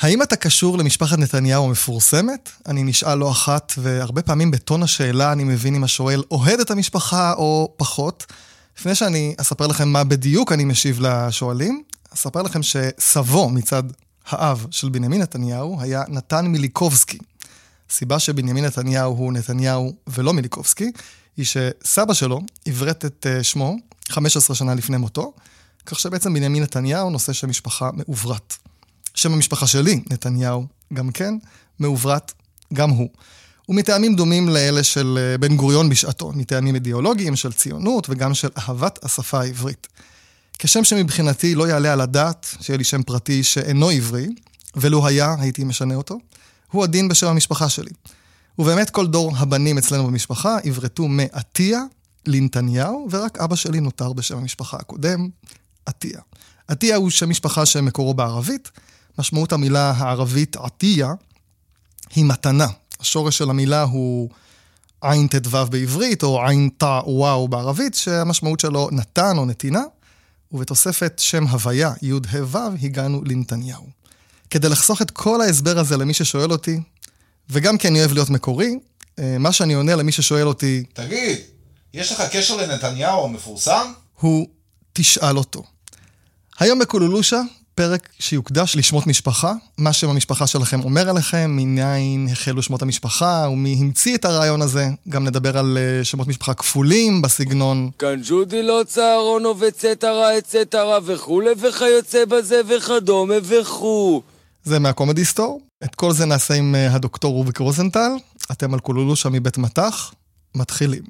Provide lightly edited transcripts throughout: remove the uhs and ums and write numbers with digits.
האם אתה קשור למשפחת נתניהו המפורסמת? אני נשאל לא אחת, והרבה פעמים בטון השאלה אני מבין אם השואל אוהד את המשפחה או פחות. לפני שאני אספר לכם מה בדיוק אני משיב לשואלים, אספר לכם שסבו מצד האב של בנימין נתניהו היה נתן מיליקובסקי. הסיבה שבנימין נתניהו הוא נתניהו ולא מיליקובסקי, היא שסבא שלו עברת את שמו 15 שנה לפני מותו, כך שבעצם בנימין נתניהו נושא שם משפחה מעוברת. שם המשפחה שלי, נתניהו, גם כן, מעוברת גם הוא. ומטעמים דומים לאלה של בן גוריון בשעתו, מטעמים אידיאולוגיים של ציונות וגם של אהבת השפה העברית. כשם שמבחינתי לא יעלה על הדעת שיהיה לי שם פרטי שאינו עברי, ולא היה, הייתי משנה אותו, הוא הדין בשם המשפחה שלי. ובאמת כל דור הבנים אצלנו במשפחה עברתו מעתיה לנתניהו, ורק אבא שלי נותר בשם המשפחה הקודם, עתיה. עתיה הוא שם משפחה שמקורו בערבית, משמעות המילה הערבית עתיה היא מתנה. השורש של המילה הוא עין תדוו בעברית, או עין תא וואו בערבית, שהמשמעות שלו נתן או נתינה, ובתוספת שם הוויה, י' ה' ו', הגענו לנתניהו. כדי לחסוך את כל ההסבר הזה למי ששואל אותי, וגם כי אני אוהב להיות מקורי, מה שאני עונה למי ששואל אותי... תגיד, יש לך קשר לנתניהו המפורסם? הוא תשאל אותו. היום בקולולושה, פרק שיוקדש לשמות משפחה, מה שם המשפחה שלכם אומר עליכם, מניין החלו שמות המשפחה, ומי המציא את הרעיון הזה, גם נדבר על שמות משפחה כפולים בסגנון. כאן ג'ודי לא צהרונו וצטרה אצטרה וכו' וכיוצא בזה וכדומה וכו'. זה מהקומדי סטור. את כל זה נעשה עם הדוקטור רוביק רוזנטל. אתם על קולולושה מבית מתח. מתחילים.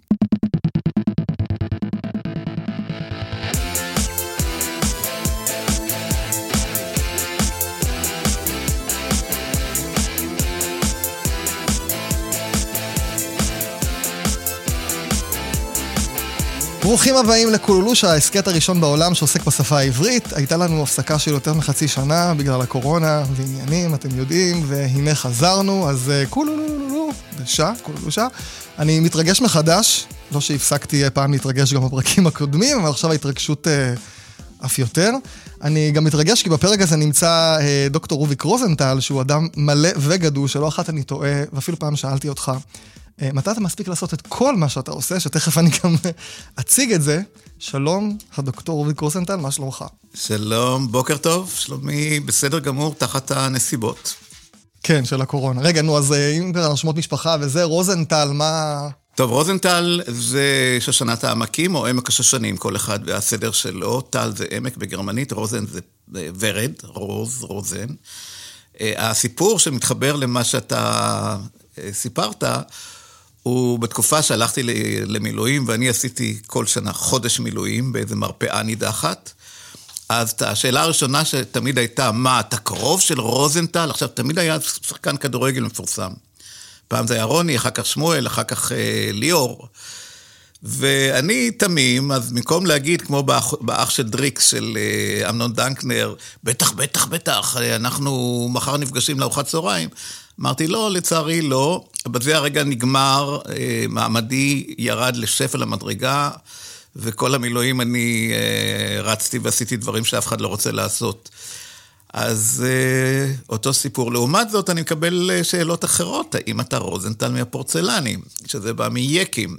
ברוכים הבאים לקולולושה, העסקת הראשון בעולם שעוסק בשפה העברית. הייתה לנו הפסקה של יותר מחצי שנה בגלל הקורונה ועניינים, אתם יודעים, והנה חזרנו, אז קולולושה. אני מתרגש מחדש, לא שהפסקתי פעם להתרגש גם בפרקים הקודמים, אבל עכשיו ההתרגשות אף יותר. אני גם מתרגש כי בפרק הזה נמצא דוקטור רוביק רוזנטל, שהוא אדם מלא וגדול, שלא אחת אני טועה, ואפילו פעם שאלתי אותך, מתי אתה מספיק לעשות את כל מה שאתה עושה, שתכף אני גם אציג את זה. שלום, הדוקטור רוביק רוזנטל, מה שלומך? שלום, בוקר טוב, שלומי בסדר גמור תחת הנסיבות. כן, של הקורונה. רגע, נו, אז אם כבר שמות משפחה וזה, רוזנטל, מה... טוב, רוזנטל זה שושנת העמקים או עמק השושנים, כל אחד והסדר שלו. טל זה עמק בגרמנית, רוזן זה ורד, רוזן. הסיפור שמתחבר למה שאתה סיפרת, הוא בתקופה שהלכתי למילואים, ואני עשיתי כל שנה חודש מילואים באיזה מרפאה נידחת. אז השאלה הראשונה שתמיד הייתה, מה, אתה קרוב של רוזנטל? עכשיו, תמיד היה שחקן כדורגל מפורסם. פעם זה היה רוני, אחר כך שמואל, אחר כך ליאור. ואני תמים, אז במקום להגיד, כמו באח של דריקס של אמנון דנקנר, בטח, בטח, בטח, אנחנו מחר נפגשים לארוחת צהריים, אמרתי, לא, לצערי לא. בזה הרגע נגמר, מעמדי ירד לשפל המדרגה, וכל המילואים אני רצתי ועשיתי דברים שאף אחד לא רוצה לעשות. אז אותו סיפור. לעומת זאת, אני מקבל שאלות אחרות. האם אתה רוזנטל מהפורצלנים, שזה בא מיקים.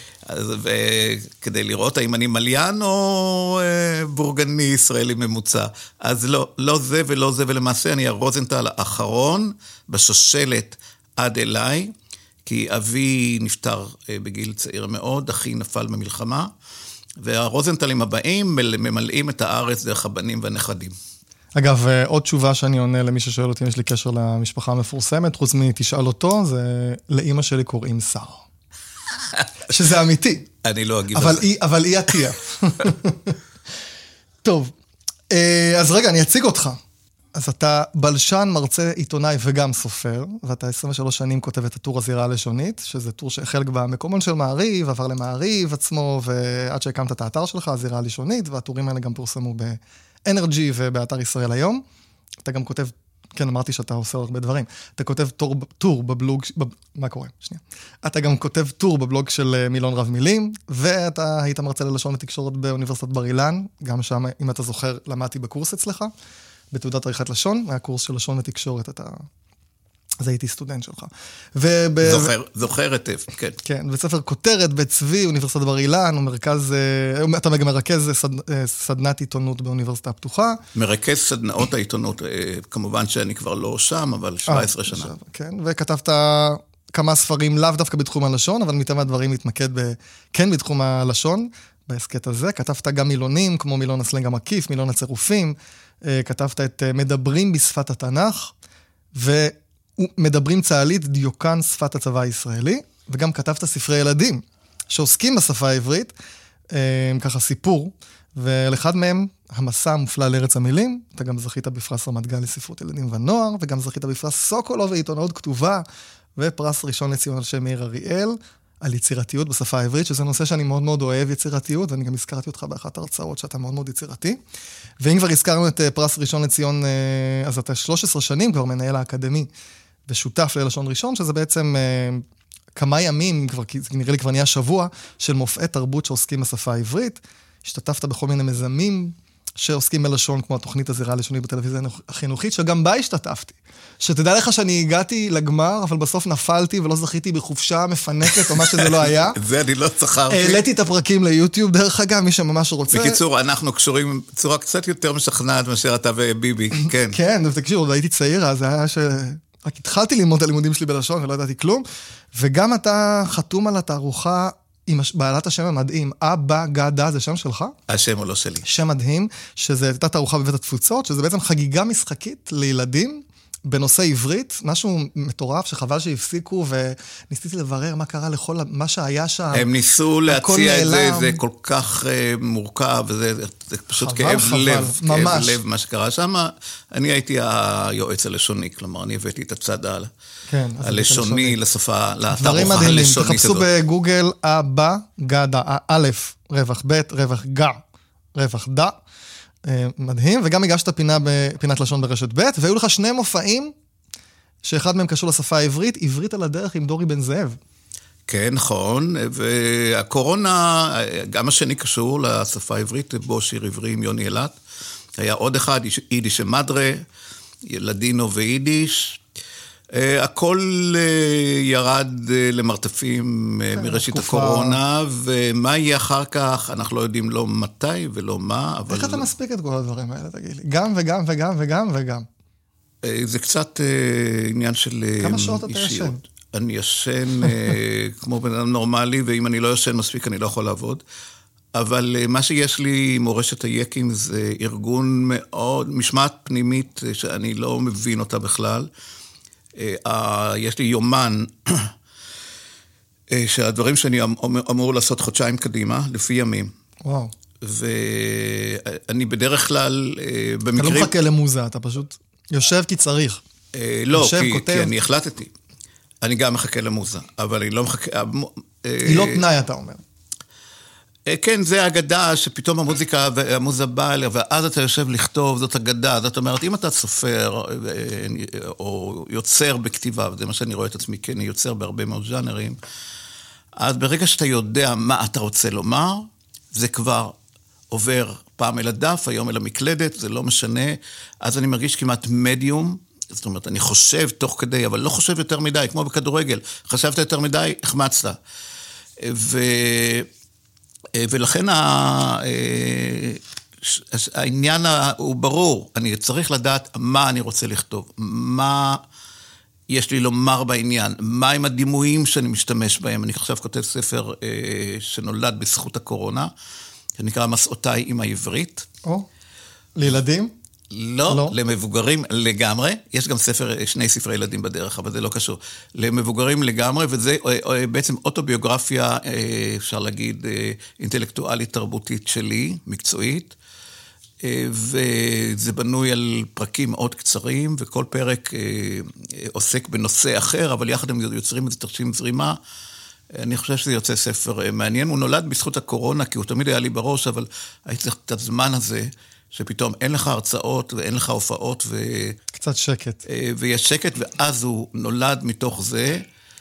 וכדי לראות האם אני מליין או בורגני ישראלי ממוצע. אז לא זה ולא זה, ולמעשה אני הרוזנטל האחרון בשושלת עד אליי, כי אבי נפטר בגיל צעיר מאוד, אחי נפל במלחמה, והרוזנטלים הבאים ממלאים את הארץ דרך הבנים והנכדים. אגב, עוד תשובה שאני עונה למי ששואל אותי אם יש לי קשר למשפחה המפורסמת, חוץ מתשאל אותו, זה לאמא שלי קוראים שר. שזה אמיתי. אני לא אגיד על זה. אבל היא עתיה. טוב, אז רגע, אני אציג אותך. אז אתה בלשן, מרצה, עיתונאי וגם סופר, ואתה 23 שנים כותב את הטור הזירה הלשונית, שזה טור שהחל במקומון של מעריב, עבר למעריב עצמו, ועד שהקמת את האתר שלך, הזירה הלשונית, והטורים האלה גם פורסמו באנרג'י ובאתר ישראל היום. אתה גם כותב, כן, אמרתי שאתה עושה הרבה דברים. אתה כותב טור בבלוג, מה קורה? שנייה. אתה גם כותב טור בבלוג של מילון רב מילים, ואתה היית מרצה ללשון ותקשורת באוניברסיטת בר אילן, גם שם, אם אתה זוכר, למדתי בקורס אצלך. בתעודת עריכת לשון, היה קורס של לשון ותקשורת, אז הייתי סטודנט שלך. זוכר היטב, כן. כן, בית ספר כותרת, בית צבי, אוניברסיטת בר אילן, אתה גם מרכז סדנת עיתונות באוניברסיטה הפתוחה. מרכז סדנאות העיתונות, כמובן שאני כבר לא שם, אבל 17 שנה. כן, וכתבת כמה ספרים, לאו דווקא בתחום הלשון, אבל מטבע הדברים מתמקד כן בתחום הלשון, בהסקט הזה. כתבת גם מילונים, כמו מילון הסלנג המקיף, מילון הצירופים, כתבת את מדברים בשפת התנ"ך, ומדברים צהלית דיוקן שפת הצבא הישראלי, וגם כתבת ספרי ילדים שעוסקים בשפה העברית, ככה סיפור, ולאחד מהם, המסע המופלא לארץ המילים, אתה גם זכית בפרס רמת גן לספרות ילדים ונוער, וגם זכית בפרס סוקולוב ועיתונאות כתובה, ופרס ראשון לציון על שם מאיר אריאל, על יצירתיות בשפה העברית, שזה נושא שאני מאוד מאוד אוהב יצירתיות, ואני גם הזכרתי אותך באחת ההרצאות שאתה מאוד מאוד יצירתי. ואם כבר הזכרנו את פרס ראשון לציון, אז אתה 13 שנים כבר מנהל האקדמי, ושותף ללשון ראשון, שזה בעצם כמה ימים, נראה לי כבר נהיה שבוע, של מופעי תרבות שעוסקים בשפה העברית. השתתפת בכל מיני מזמים שעוסקים בלשון, כמו התוכנית הזירה הלשונית בטלוויזיה החינוכית, שגם בה השתתפתי. שתדע לך שאני הגעתי לגמר, אבל בסוף נפלתי ולא זכיתי בחופשה מפנקת או מה שזה לא היה. זה אני לא זכרתי. העליתי את הפרקים ליוטיוב, דרך אגב, מי שממש רוצה. בקיצור, אנחנו קשורים בצורה קצת יותר משכנעת מאשר אתה וביבי, כן. כן, ותקשיב, עוד הייתי צעיר, אז זה היה רק התחלתי ללמוד את הלימודים שלי בלשון, ולא ידעתי כלום, וגם אתה חתום על התערוכה עם בעלת השם המדהים, אבא גדה, זה שם שלך? השם הוא לא שלי. שם מדהים, שזה הייתה תערוכה בבית התפוצות, שזה בעצם חגיגה משחקית לילדים, בנושא עברית, משהו מטורף שחבל שהפסיקו, וניסיתי לברר מה קרה לכל מה שהיה שם. הם ניסו להציע את זה, זה כל כך מורכב, זה פשוט כאב לב, כאב לב מה שקרה שם. אני הייתי היועץ הלשוני, כלומר, אני הבאתי את הצד הלשוני לשפה, לתערוכה הלשונית הזאת. תחפשו בגוגל אבא גדה, א', רווח ב', רווח גע, רווח דע. מדהים, וגם הגשת פינת לשון ברשת ב', והיו לך שני מופעים, שאחד מהם קשור לשפה העברית, עברית על הדרך עם דורי בן זאב. כן, נכון, והקורונה, גם השני קשור לשפה העברית, בו שיר עברי עם יוני אלת, היה עוד אחד, יידיש מדרה, ילדינו ויידיש, הכל ירד למרתפים מראשית הקורונה, ומה יהיה אחר כך, אנחנו לא יודעים לא מתי ולא מה, אבל... איך אתה מספיק את כל הדברים האלה, תגיד לי? גם וגם וגם וגם וגם. זה קצת עניין של כמה שעות אתה ישן? אני ישן כמו בן אדם נורמלי, ואם אני לא ישן מספיק אני לא יכול לעבוד. אבל מה שיש לי מורשת היקים זה ארגון מאוד, משמעת פנימית שאני לא מבין אותה בכלל. יש לי יומן שהדברים שאני אמור לעשות חודשיים קדימה, לפי ימים. וואו. ואני בדרך כלל, במקרים... אתה לא מחכה למוזה, אתה פשוט יושב כי צריך. לא, כי אני החלטתי. אני גם מחכה למוזה, אבל אני לא מחכה... היא לא תנאי, אתה אומר. כן, זה אגדה שפתאום המוזיקה והמוזה באה אליה, ואז אתה יושב לכתוב, זאת אגדה. זאת אומרת, אם אתה סופר או יוצר בכתיבה, וזה מה שאני רואה את עצמי, כי אני יוצר בהרבה מאוד ז'אנרים, אז ברגע שאתה יודע מה אתה רוצה לומר, זה כבר עובר פעם אל הדף, היום אל המקלדת, זה לא משנה, אז אני מרגיש כמעט מדיום, זאת אומרת, אני חושב תוך כדי, אבל לא חושב יותר מדי, כמו בכדורגל, חשבת יותר מדי, החמצת. ולכן העניין הוא ברור, אני צריך לדעת מה אני רוצה לכתוב, מה יש לי לומר בעניין, מה הם הדימויים שאני משתמש בהם. אני עכשיו כותב ספר שנולד בזכות הקורונה, שנקרא מסעותיי עם העברית. לילדים? לא, למבוגרים לגמרי. יש גם שני ספרי ילדים בדרך, אבל זה לא קשור. למבוגרים לגמרי, וזה בעצם אוטוביוגרפיה, אפשר להגיד, אינטלקטואלית תרבותית שלי, מקצועית, וזה בנוי על פרקים מאוד קצרים, וכל פרק עוסק בנושא אחר, אבל יחד הם יוצרים איזה תרשים זרימה. אני חושב שזה יוצא ספר מעניין. הוא נולד בזכות הקורונה, כי הוא תמיד היה לי בראש, אבל הייתי צריך את הזמן הזה, שפתאום אין לך הרצאות ואין לך הופעות קצת שקט. ויש שקט, ואז הוא נולד מתוך זה,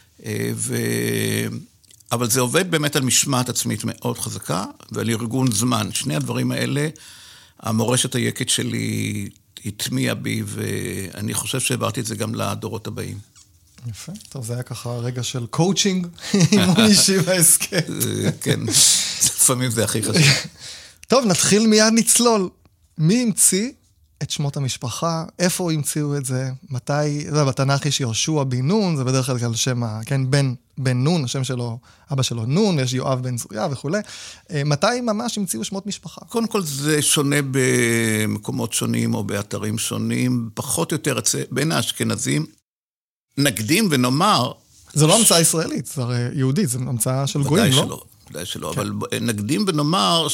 אבל זה עובד באמת על משמעת עצמית מאוד חזקה, ועל ארגון זמן. שני הדברים האלה, המורשת היקית שלי הטמיע בי, ואני חושב שהעברתי את זה גם לדורות הבאים. יפה, טוב, זה היה ככה רגע של קואוצ'ינג, אימון אישי בהסכם. כן, לפעמים זה הכי חשוב. טוב, נתחיל מיד נצלול. מי המציא את שמות המשפחה? איפה המציאו את זה? מתי? בתנ"ך יש יהושע בן נון, זה בדרך כלל שם, כן, בן נון, השם שלו, אבא שלו נון, יש יואב בן צרויה וכו'. מתי ממש המציאו שמות משפחה? קודם כל זה שונה במקומות שונים או באתרים שונים, פחות או יותר בין האשכנזים. נקדים ונאמר... זה לא המצאה ישראלית, זה הרי יהודית, זה המצאה של גויים, לא? ודאי שלא, אבל נקדים ונאמר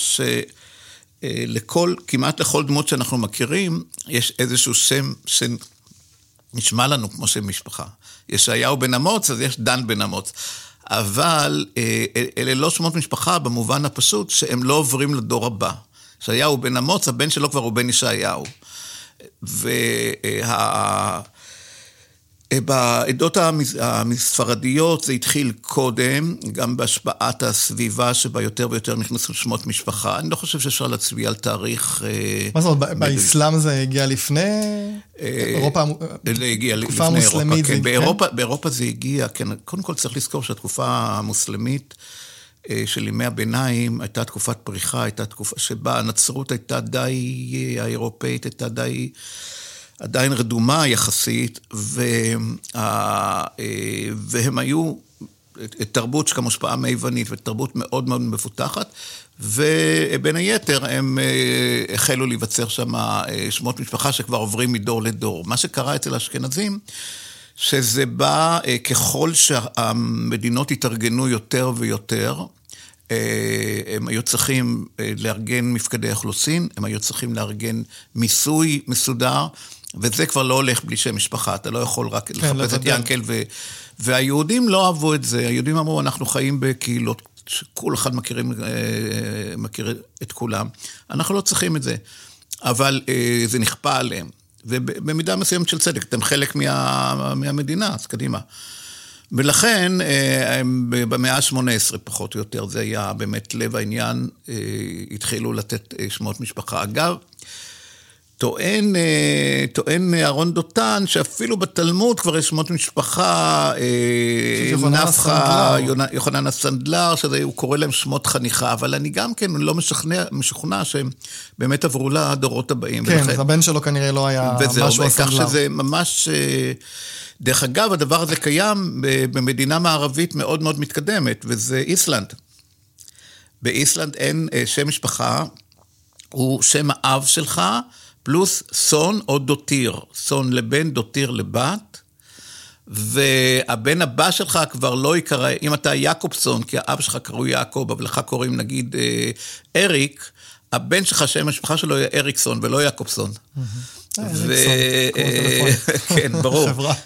כמעט לכל דמות שאנחנו מכירים, יש איזשהו שם שנשמע לנו כמו שם משפחה. ישעיהו בן אמוץ, אז יש דן בן אמוץ. אבל אלה לא שמות משפחה במובן הפשוט, שהם לא עוברים לדור הבא. ישעיהו בן אמוץ, הבן שלו כבר הוא בן ישעיהו. בעדות הספרדיות זה התחיל קודם, גם בהשפעת הסביבה שבה יותר ויותר נכנסו שמות משפחה. אני לא חושב שאפשר להצביע על תאריך... מה זאת אומרת, באסלאם זה הגיע לפני אירופה? זה הגיע לפני אירופה, כן. באירופה זה הגיע, כן. קודם כל צריך לזכור שהתקופה המוסלמית של ימי הביניים הייתה תקופת פריחה, הייתה תקופה שבה הנצרות הייתה די האירופאית, הייתה די... עדיין רדומה יחסית, והם היו תרבות שכמו השפעה מיוונית, ותרבות מאוד מאוד מפותחת, ובין היתר הם החלו להיווצר שם שמות משפחה שכבר עוברים מדור לדור. מה שקרה אצל האשכנזים, שזה בא ככל שהמדינות התארגנו יותר ויותר, הם היו צריכים לארגן מפקדי אוכלוסין, הם היו צריכים לארגן מיסוי מסודר, וזה כבר לא הולך בלי שם משפחה, אתה לא יכול רק לחפש את ינקל, והיהודים לא אהבו את זה, היהודים אמרו, אנחנו חיים בקהילות, שכל אחד מכיר את כולם, אנחנו לא צריכים את זה, אבל זה נכפה עליהם, ובמידה מסוימת של צדק, אתם חלק מהמדינה, אז קדימה. ולכן, במאה ה-18 פחות או יותר, זה היה באמת לב העניין, התחילו לתת שמות משפחה. אגב, טוען אהרון דותן, שאפילו בתלמוד כבר יש שמות משפחה, נפחא, יוחנן הסנדלר, שהוא קורא להם שמות חניכה, אבל אני גם כן לא משוכנע שהם באמת עברו לדורות הבאים. כן, אז הבן שלו כנראה לא היה משהו הסנדלר. כך שזה ממש... דרך אגב, הדבר הזה קיים במדינה מערבית מאוד מאוד מתקדמת, וזה איסלנד. באיסלנד אין שם משפחה, הוא שם האב שלך, פלוס סון או דוטיר. סון לבן, דוטיר לבת, והבן הבא שלך כבר לא יקרא, אם אתה יעקובסון, כי האב שלך קראו יעקב, אבל לך קוראים נגיד אריק, הבן שלך שם המשפחה שלו יהיה אריקסון ולא יעקובסון. כן, ברור.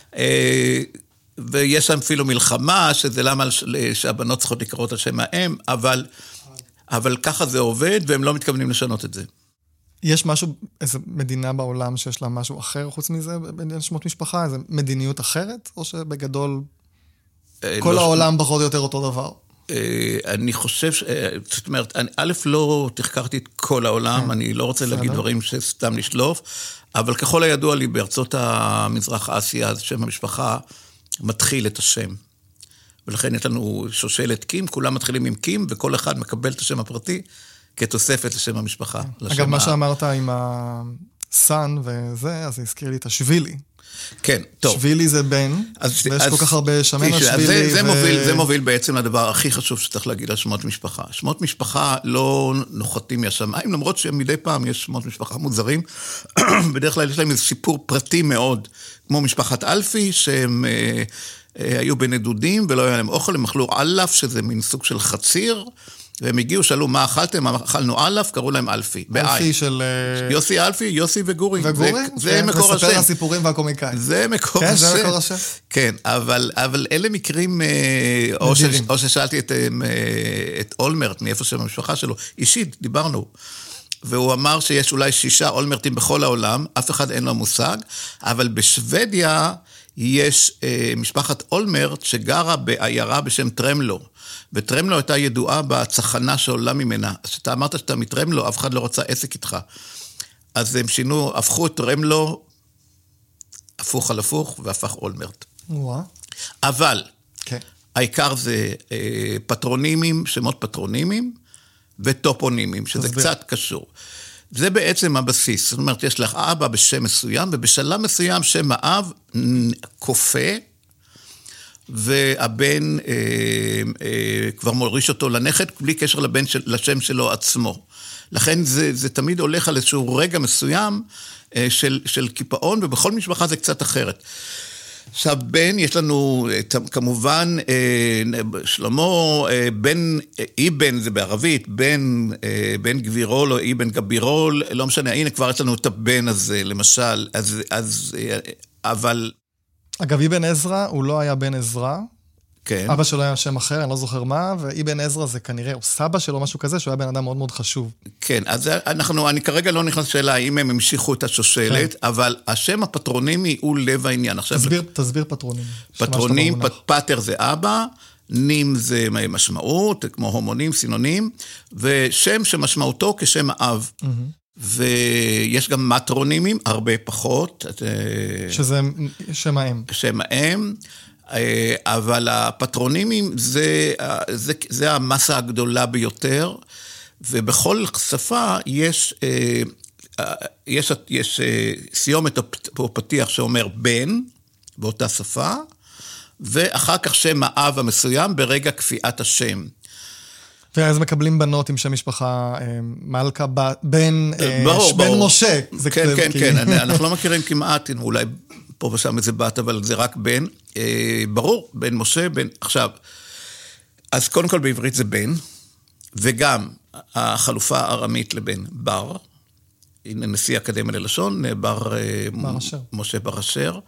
ויש שם אפילו מלחמה, שזה למה שהבנות צריכות לקרוא על שם האם, אבל ככה זה עובד, והם לא מתכוונים לשנות את זה. יש משהו, איזו מדינה בעולם שיש לה משהו אחר חוץ מזה, בעניין שמות משפחה, איזו מדיניות אחרת, או שבגדול כל העולם פחות או יותר אותו דבר? אני חושב, זאת אומרת, א' לא תחקרתי את כל העולם, אני לא רוצה להגיד דברים שסתם לשלוף, אבל ככל הידוע לי בארצות המזרח אסיה, אז שם המשפחה מתחיל את השם. ולכן יש לנו שושלת קים, כולם מתחילים עם קים, וכל אחד מקבל את השם הפרטי כתוספת לשם המשפחה. אגב, מה שאמרת עם הסן וזה, אז זה הזכיר לי את השבילי. כן, טוב. שבילי זה בן, ויש כל כך הרבה שמנה שבילי. זה מוביל בעצם לדבר הכי חשוב שצריך להגיד על שמות משפחה. שמות משפחה לא נוחתים מהשמיים, למרות שמדי פעם יש שמות משפחה מוזרים. בדרך כלל יש להם איזה סיפור פרטי מאוד, כמו משפחת אלפי, שהם היו בנדודים ולא היה להם אוכל, הם אכלו אלף, שזה מין סוג של חציר, והם הגיעו, שאלו מה אכלתם, אכלנו אלף, קראו להם אלפי. אלפי של... יוסי אלפי, יוסי וגורי. וגורי? זה מקור השם. מספר הסיפורים והקומיקאים. זה מקור השם. כן, זה מקור השם. כן, אבל אלה מקרים, או ששאלתי את אולמרט, מאיפה שם המשפחה שלו, אישית, דיברנו. והוא אמר שיש אולי 6 אולמרטים בכל העולם, אף אחד אין לו מושג, אבל בשוודיה יש משפחת אולמרט שגרה בעיירה בשם טרמלו. וטרמלו הייתה ידועה בצחנה שעולה ממנה. אז שאתה אמרת שאתה מטרמלו, אף אחד לא רצה עסק איתך. אז הם שינו, הפכו את רמלו, הפוך על הפוך, והפך אולמרט. וואה. אבל, כן. העיקר זה פטרונימים, שמות פטרונימים, וטופונימים, שזה קצת קשור. זה בעצם הבסיס. זאת אומרת, יש לך אבא בשם מסוים, ובשלב מסוים שם האב כופה, והבן כבר מוריש אותו לנכד, בלי קשר לשם שלו עצמו. לכן זה תמיד הולך על איזשהו רגע מסוים של קיפאון, ובכל משפחה זה קצת אחרת. עכשיו, בן, יש לנו כמובן, שלמה, בן, איבן זה בערבית, בן גבירול או איבן גבירול, לא משנה, הנה כבר יש לנו את הבן הזה, למשל, אבל... אגב, אבן עזרא, הוא לא היה בן עזרא. כן. אבא שלו היה שם אחר, אני לא זוכר מה, ואבן עזרא זה כנראה, או סבא שלו, משהו כזה, שהוא היה בן אדם מאוד מאוד חשוב. כן, אז אני כרגע לא נכנס לשאלה, האם הם המשיכו את השושלת, כן. אבל השם הפטרונימי הוא לב העניין. תסביר פטרונים. פטרונים, פטר זה אבא, נים זה משמעות, כמו הומונים, סינונים, ושם שמשמעותו כשם האב. ויש גם מטרונימים, הרבה פחות. שזה שם האם. שם האם. אבל הפטרונימים זה המסה הגדולה ביותר, ובכל שפה יש סיומת או פתיח שאומר בן, באותה שפה, ואחר כך שם האב המסוים ברגע קפיאת השם. ואז מקבלים בנות עם שם משפחה מלכה, בן משה. כן, אנחנו לא מכירים כמעט, אולי פה ושם איזה בת, אבל זה רק בן. ברור, בן משה, בן... עכשיו, אז קודם כל בעברית זה בן, וגם החלופה הארמית לבן בר, הנה נשיא אקדמיה ללשון, משה בר אשר.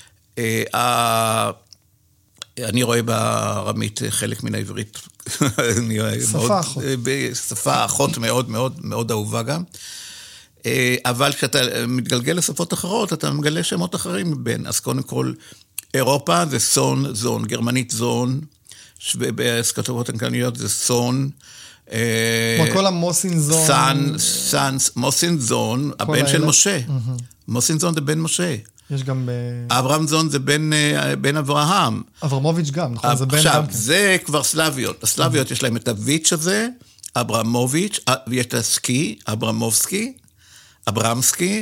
אני רואה בארמית חלק מן העברית. שפה אחות. שפה אחות מאוד מאוד מאוד אהובה גם. אבל כשאתה מתגלגל לשפות אחרות, אתה מגלה שמות אחרים מבין. אז קודם כל, אירופה זה סון, זון, גרמנית זון, בסכתובות אנגליות זה סון. כמו כל המוסין זון. מוסין זון, הבן של משה. מוסין זון זה בן משה. יש גם... אברהם זון זה בן אברהם. אברמוביץ' גם, נכון? זה בן עכשיו, גם כן. זה כבר סלביות. הסלביות יש להם את הוויץ' הזה, אברמוביץ', ויש את הסקי, אברמסקי,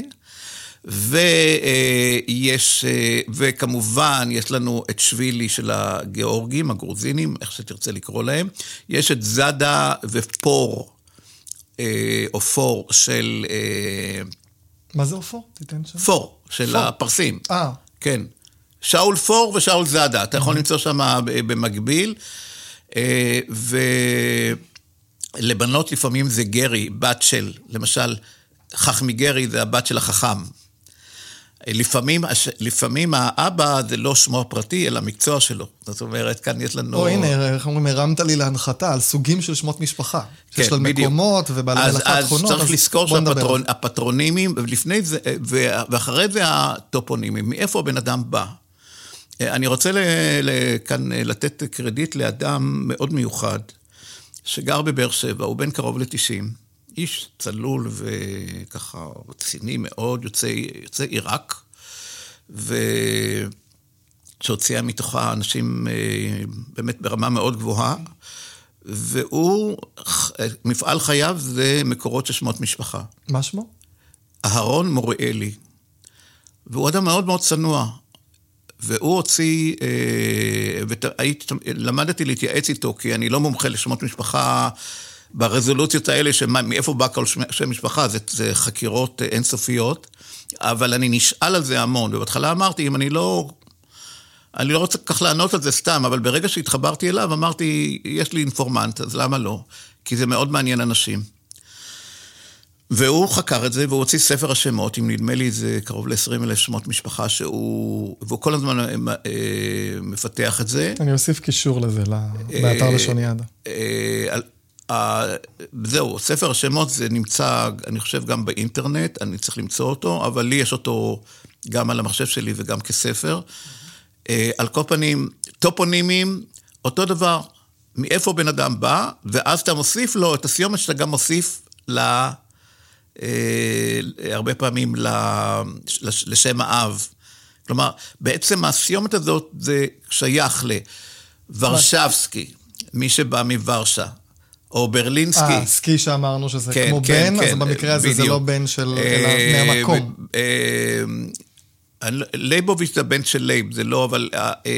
וכמובן יש לנו את שבילי של הגיאורגים, הגרוזינים, איך שתרצה לקרוא להם, יש את זדה ופור, או פור של... מה זה פור? תיתן שם. פור, של הפרסים. כן. שאול פור ושאול זדה, אתה יכול למצוא שם במקביל, ולבנות לפעמים זה גרי, בת של, למשל, חכמי גרי זה הבת של החכם. לפעמים האבא זה לא שמו הפרטי, אלא המקצוע שלו. זאת אומרת, כאן יש לנו... הנה, איך אומרים, הרמת לי להנחתה על סוגים של שמות משפחה. שיש לו מקומות ובעלי מלאכה תכונות. אז צריך לזכור שהפטרונימים, ואחרי זה הטופונימים, מאיפה הבן אדם בא? אני רוצה כאן לתת קרדיט לאדם מאוד מיוחד, שגר בבאר שבע, הוא בן קרוב ל-90, איש צלול וככה רציני מאוד, יוצא עיראק, שהוציאה מתוכה אנשים באמת ברמה מאוד גבוהה, והוא, מפעל חייו זה מקורות של שמות משפחה. מה שמו? אהרון מוריאלי, והוא אדם מאוד מאוד צנוע, והוא הוציא, למדתי להתייעץ איתו, כי אני לא מומחה לשמות משפחה ברזולוציות האלה, מאיפה בא כל שם משפחה, זה חקירות אינסופיות, אבל אני נשאל על זה המון, ובהתחלה אמרתי, אם אני לא רוצה כך לענות על זה סתם, אבל ברגע שהתחברתי אליו, אמרתי, יש לי אינפורמנט, אז למה לא? כי זה מאוד מעניין אנשים. והוא חקר את זה, והוא הוציא ספר השמות, אם נדמה לי זה קרוב ל-20,000 שמות משפחה, והוא כל הזמן מפתח את זה. אני אוסיף קישור לזה, באתר לשוניאדה. זהו, ספר השמות זה נמצא, אני חושב, גם באינטרנט, אני צריך למצוא אותו, אבל לי יש אותו גם על המחשב שלי וגם כספר. על כל פנים, טופונימים, אותו דבר, מאיפה בן אדם בא, ואז אתה מוסיף לו את הסיומת שאתה גם מוסיף הרבה פעמים לשם האב. כלומר, בעצם הסיומת הזאת זה שייך לוורשבסקי, מי שבא מוורשה, או ברלינסקי. סקי שאמרנו שזה כמו בן, אז במקרה הזה זה לא בן של, אלא מהמקום. לייבוביץ' זה בן של לייב, זה לא, אבל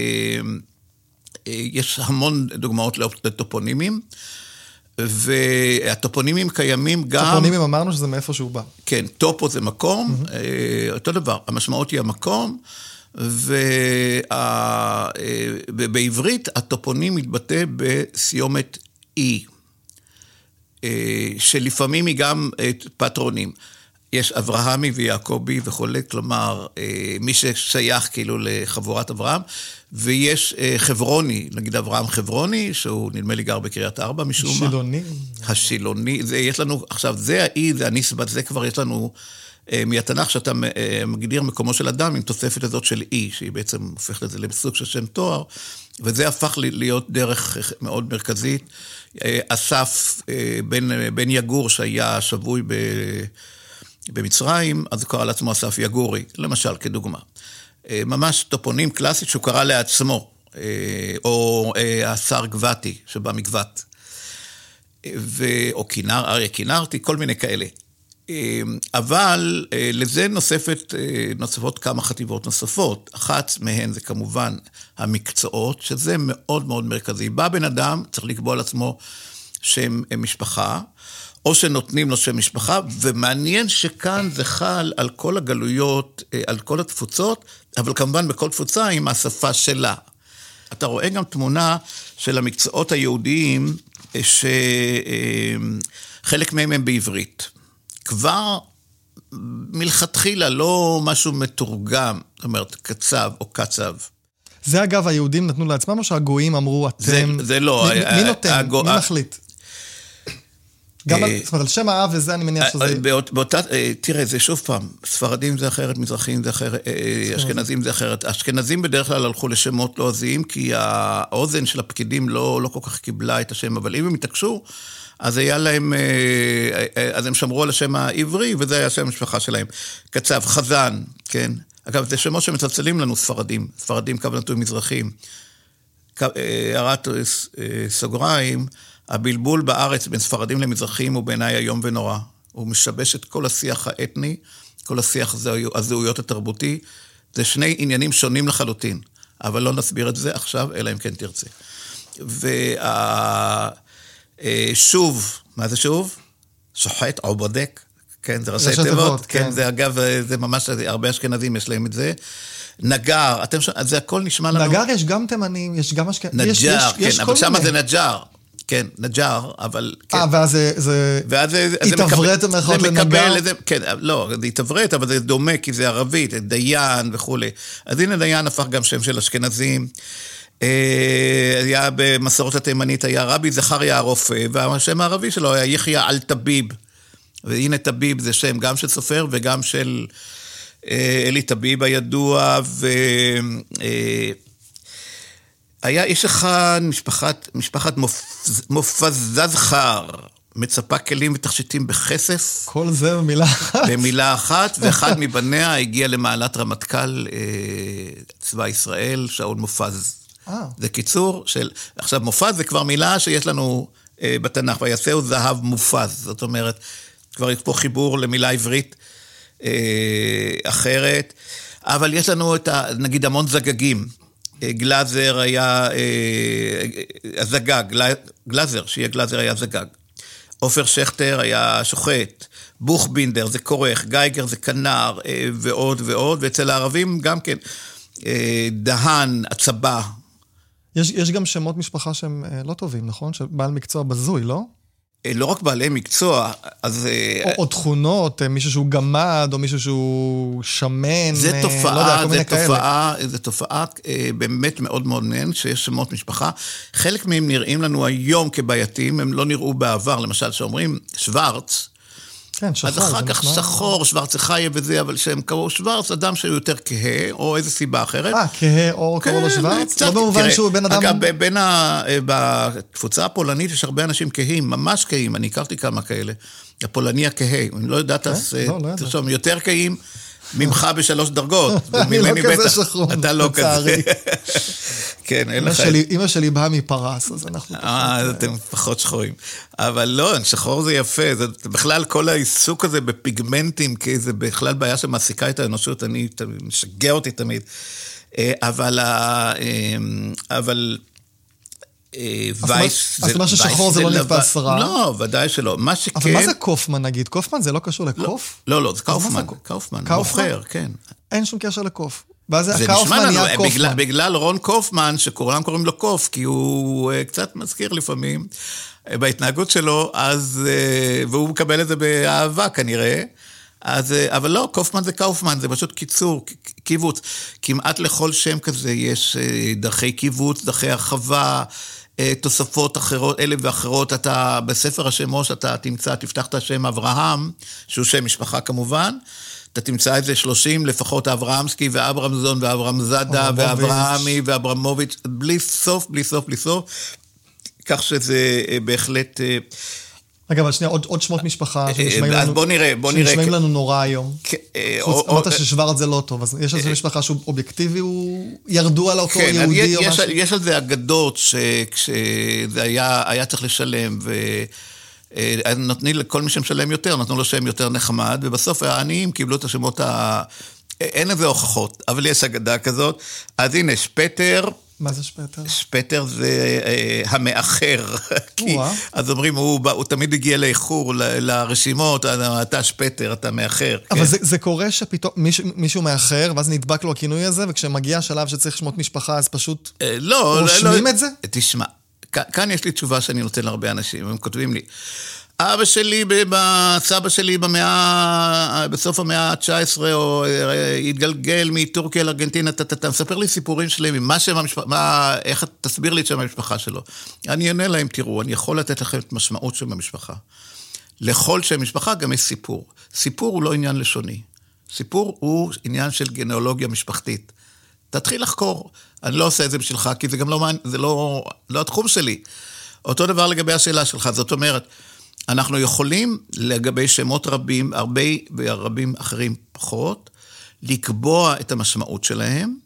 יש המון דוגמאות לטופונימים, והטופונימים קיימים גם... טופונימים אמרנו שזה מאיפה שהוא בא. כן, טופו זה מקום, אותו דבר, המשמעות היא המקום, ובעברית הטופונים מתבטא בסיומת אי, שלפעמים היא גם פטרונים. יש אברהמי ויעקבי וכו', כלומר, מי ששייך כאילו לחבורת אברהם, ויש חברוני, נגיד אברהם חברוני, שהוא נדמה לי גר בקריית ארבע משום מה. השילוני. השילוני, זה יש לנו, עכשיו זה האי, זה הנסבת, זה כבר יש לנו מהתנ"ך, שאתה מגדיר מקומו של אדם עם תוספת הזאת של אי, שהיא בעצם הופכת את זה לסוג של שם תואר, וזה הפך להיות דרך מאוד מרכזית. אסף בן יגור שהיה שבוי במצרים, אז הוא קרא לעצמו אסף יגורי, למשל, כדוגמה. ממש טופונים קלאסית שהוא קרא לעצמו, או השר גבתי, שבא מגבת, או אריה כינרתי, כל מיני כאלה. אבל לזה נוספות כמה חטיבות נוספות. אחת מהן זה כמובן המקצועות, שזה מאוד מאוד מרכזי. בא בן אדם, צריך לקבוע על עצמו שם משפחה, או שנותנים לו שם משפחה, ומעניין שכאן זה חל על כל הגלויות, על כל התפוצות, אבל כמובן בכל תפוצה עם השפה שלה. אתה רואה גם תמונה של המקצועות היהודיים, שחלק מהם הם בעברית. כבר מלכתחילה לא משהו מתורגם, זאת אומרת, קצב או קצב. זה אגב, היהודים נתנו לעצמם, או שהגויים אמרו, אתם... זה לא. מי נותן? מי מחליט? גם זאת אומרת, על שם האב וזה אני מניח שזה... תראה, זה שוב פעם, ספרדים זה אחרת, מזרחים זה אחרת, אשכנזים זה אחרת. אשכנזים בדרך כלל הלכו לשמות לועזיים, כי האוזן של הפקידים לא כל כך קיבלה את השם, אבל אם הם התעקשו, אז היה להם, אז הם שמרו על השם העברי, וזה היה השם המשפחה שלהם. קצב, חזן, כן? אגב, זה שמות שמצלצלים לנו ספרדים, ספרדים קו נטוי מזרחים. הערת סוגריים, הבלבול בארץ בין ספרדים למזרחים הוא בעיניי היום ונורא. הוא משבש את כל השיח האתני, כל השיח הזהויות התרבותי. זה שני עניינים שונים לחלוטין, אבל לא נסביר את זה עכשיו, אלא אם כן תרצה. שוב, מה זה שוב? שוחט או בודק, כן, זה ראשי תיבות, כן, זה אגב, זה ממש, הרבה אשכנזים יש להם את זה. נגר, זה הכל נשמע לנו... נגר יש גם תימנים, יש גם אשכנזים. נג'ר, כן, אבל שמה זה נג'ר. כן, נג'ר, אבל... ואז זה התעברת המרכאות לנגר? כן, לא, זה התעברת, אבל זה דומה, כי זה ערבית, דיין וכו'. אז הנה דיין הפך גם שם של אשכנזים. היה במסורת התימנית, היה רבי זכריה הרופא, והשם הערבי שלו היה יחיא אל טביב. והנה טביב זה שם גם של סופר וגם של אלי טביב הידוע, היה איש אחד, משפחת מופזזחר, מצפה כלים ותכשיטים בכסף. כל זה במילה אחת. במילה אחת, ואחד מבניה הגיע למעלת רמטכ"ל צבא ישראל, שאול מופז. זה קיצור של, עכשיו מופז זה כבר מילה שיש לנו בתנ"ך, ויעשהו זהב מופז, זאת אומרת, כבר יש פה חיבור למילה עברית אחרת, אבל יש לנו את, נגיד, המון זגגים. גלזר היה הזגג, גלזר, שיהיה גלזר היה זגג. עופר שכטר היה שוחט, בוכבינדר זה כורך, גייגר זה כנר, ועוד ועוד, ואצל הערבים גם כן, דהן, עצבה. יש גם שמות משפחה שהם לא טובים, נכון? שבעל מקצוע בזוי, לא? לא רק בעלי מקצוע, אז... או תכונות, מישהו שהוא גמד, או מישהו שהוא שמן, זה תופעה, זה תופעה באמת מאוד מאוד מעניין, שיש שמות משפחה. חלק מהם נראים לנו היום כבעייתיים, הם לא נראו בעבר, למשל שאומרים שוורץ, כן, שחור. אז אחר כך שחור, שוורץ חיה וזה, אבל שהם קראו שוורץ, אדם שהוא יותר כהה, או איזו סיבה אחרת. כהה, או קראו לו שוורץ? לא במובן שהוא בן אדם... אגב, בקבוצה הפולנית יש הרבה אנשים כהים, ממש כהים, אני הכרתי כמה כאלה. הפולני הכהה, אני לא יודעת, תרשום, יותר כהים ממך ב3 דרגות. אני לא כזה שחור. אתה לא כזה. כן, אין לך... אמא שלי באה מפרס, אז אנחנו... אז אתם פחות שחורים. אבל לא, שחור זה יפה, זה בכלל כל העיסוק הזה בפיגמנטים, כי זה בכלל בעיה שמעסיקה את האנושות, אני משגע אותי תמיד. אבל וייס... אז מה ששחור זה לא נתפס רע? לא, ודאי שלא. מה שכן... אבל מה זה קופמן נגיד? קופמן זה לא קשור לקוף? לא, זה קאופמן, מוכר, כן. אין שום קשר לקוף. ואז הקאופמן נהיה קופמן. בגלל רון קופמן, שכולם קוראים לו קוף, כי הוא קצת מזכיר לפעמים, בהתנהגות שלו, והוא מקבל את זה באהבה כנראה, אבל לא, קופמן זה קאופמן, זה פשוט קיצור, קיבוץ. כמעט לכל שם כזה יש דרכי קיבוץ, דרכי הרחבה, תוספות אחרות, אלה ואחרות. אתה בספר השמות, אתה תמצא, תפתח את השם אברהם, שהוא שם משפחה כמובן, אתה תמצא את זה 30, לפחות אברהמסקי ואברהמזון ואברהמזדה ואברהמי ואברהמוביץ', בלי סוף, בלי סוף, בלי סוף, כך שזה בהחלט... רגע, אבל שנייה, עוד שמות משפחה אז בוא נראה. שנשמעים לנו נורא היום. אמרת ששוורץ זה לא טוב, אז יש איזו משפחה שהוא אובייקטיבי, הוא ירדו על אותו יהודי או משהו? יש על זה אגדות שכשזה היה צריך לשלם, נותנים לכל מי שמשלם יותר, נתנו לו שם יותר נחמד, ובסוף העניים קיבלו את השמות אין איזה הוכחות, אבל יש אגדה כזאת. אז הנה, שפטר, מה זה שפטר? שפטר זה המאחר. אז אומרים, הוא תמיד הגיע לאיחור, לרשימות, אתה שפטר, אתה מאחר. אבל זה קורה שפתאום מישהו מאחר, ואז נדבק לו הכינוי הזה, וכשמגיע השלב שצריך שמות משפחה, אז פשוט רושמים את זה? תשמע, כאן יש לי תשובה שאני נותן להרבה אנשים, הם כותבים לי, אבא שלי, סבא שלי בסוף המאה ה-19, או התגלגל מטורקיה לארגנטינה, אתה מספר לי סיפורים שלהם, איך תסביר לי את שם המשפחה שלו. אני אענה להם, תראו, אני יכול לתת לכם את משמעות שם המשפחה. לכל שם משפחה גם יש סיפור. סיפור הוא לא עניין לשוני. סיפור הוא עניין של גנאולוגיה משפחתית. תתחיל לחקור. אני לא עושה את זה בשבילך, כי זה גם לא התחום שלי. אותו דבר לגבי השאלה שלך, זאת אומרת, אנחנו יכולים לגבי שמות רבים, הרבה ורבים אחרים פחות, לקבוע את המשמעות שלהם,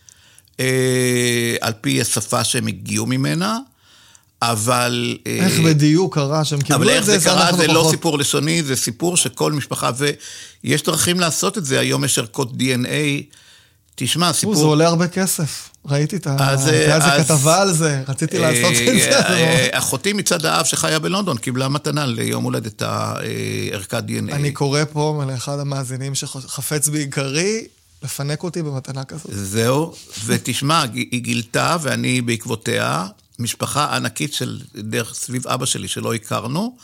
על פי השפה שהם הגיעו ממנה, אבל... איך בדיוק קרה שהם קיבלו את זה? אבל איך זה קרה, זה לא סיפור לשוני, זה סיפור שכל משפחה, ויש דרכים לעשות את זה, היום יש ערכות DNA, תשמע, סיפור... זה עולה הרבה כסף. ראיתי את הכתבה על זה, רציתי לעשות את זה. אחותי מצד האב שחיה בלונדון, קיבלה מתנה ליום הולדת הערכת DNA. אני קורא פה לאחד המאזינים שחפץ בעיקרי, לפנק אותי במתנה כזאת. זהו, ותשמע, היא גילתה, ואני בעקבותיה, משפחה ענקית של דרך סביב אבא שלי שלא הכרנו,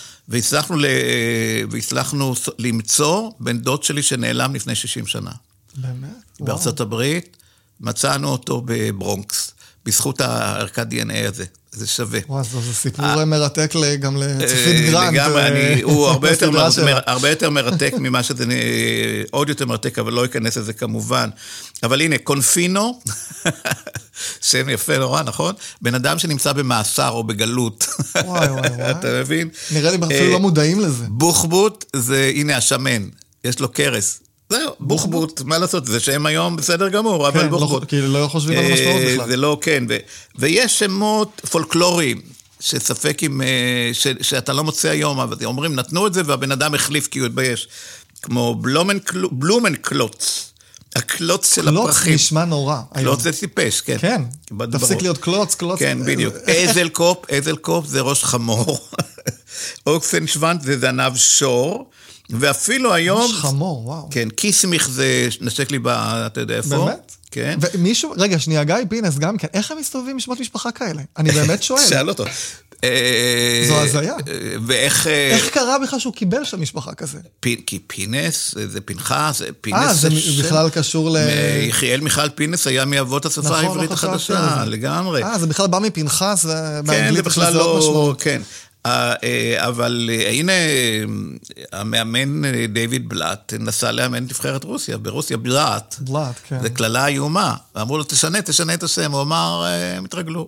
והצלחנו למצוא בן דוד שלי שנעלם לפני 60 שנה. באמת? בארצות הברית, מצאנו אותו בברונקס, בזכות הערכת DNA הזה. זה שווה. וואו, זה סיפור מרתק גם לצופית גרנט. לגמרי, הוא הרבה יותר מרתק ממה שזה, עוד יותר מרתק, אבל לא ייכנס לזה כמובן. אבל הנה, קונפינו, שם יפה נורא, נכון? בן אדם שנמצא במאסר או בגלות. וואי, וואי, וואי. אתה מבין? נראה לי אפילו לא מודעים לזה. בוחבוט זה, הנה השמן, יש לו קרס. זהו, בוחבוט, מה לעשות? זה שם היום בסדר גמור, אבל בוחבוט. כי לא חושבים על המשמעות בכלל. זה לא, כן, ויש שמות פולקלוריים, שספק אם, שאתה לא מוצא היום, אבל אומרים, נתנו את זה, והבן אדם החליף כי הוא התבייש, כמו בלומנקלוץ, הקלוץ של הפרחים. קלוץ נשמע נורא. קלוץ זה טיפש, כן. כן, תפסיק להיות קלוץ. כן, בדיוק. איזלקופ זה ראש חמור, אוקסנשוונט זה זנב שור, ואפילו היום... ראש חמור, וואו. כן, קיסמיך זה נשק לי אתה יודע איפה? באמת? כן. ומישהו, רגע, שנייה, גיא פינס גם כן, איך הם מסתובבים משמות משפחה כאלה? אני באמת שואל. שאל אותו. זו הזיה. ואיך... איך קרה בכלל שהוא קיבל שם משפחה כזה? כי פינס, זה פנחס, זה בכלל קשור ל... יחיאל מיכל פינס היה מאבות השפה העברית החדשה, לגמרי. זה בכלל בא מפנחס, כן, זה בכלל לא... כן. אבל הנה, המאמן דיוויד בלאט נסע לאמן נבחרת רוסיה, ברוסיה בלאט. בלאט, כן. זה כללה איומה. ואמרו לו, תשנה את השם. הוא אמר, מתרגלו.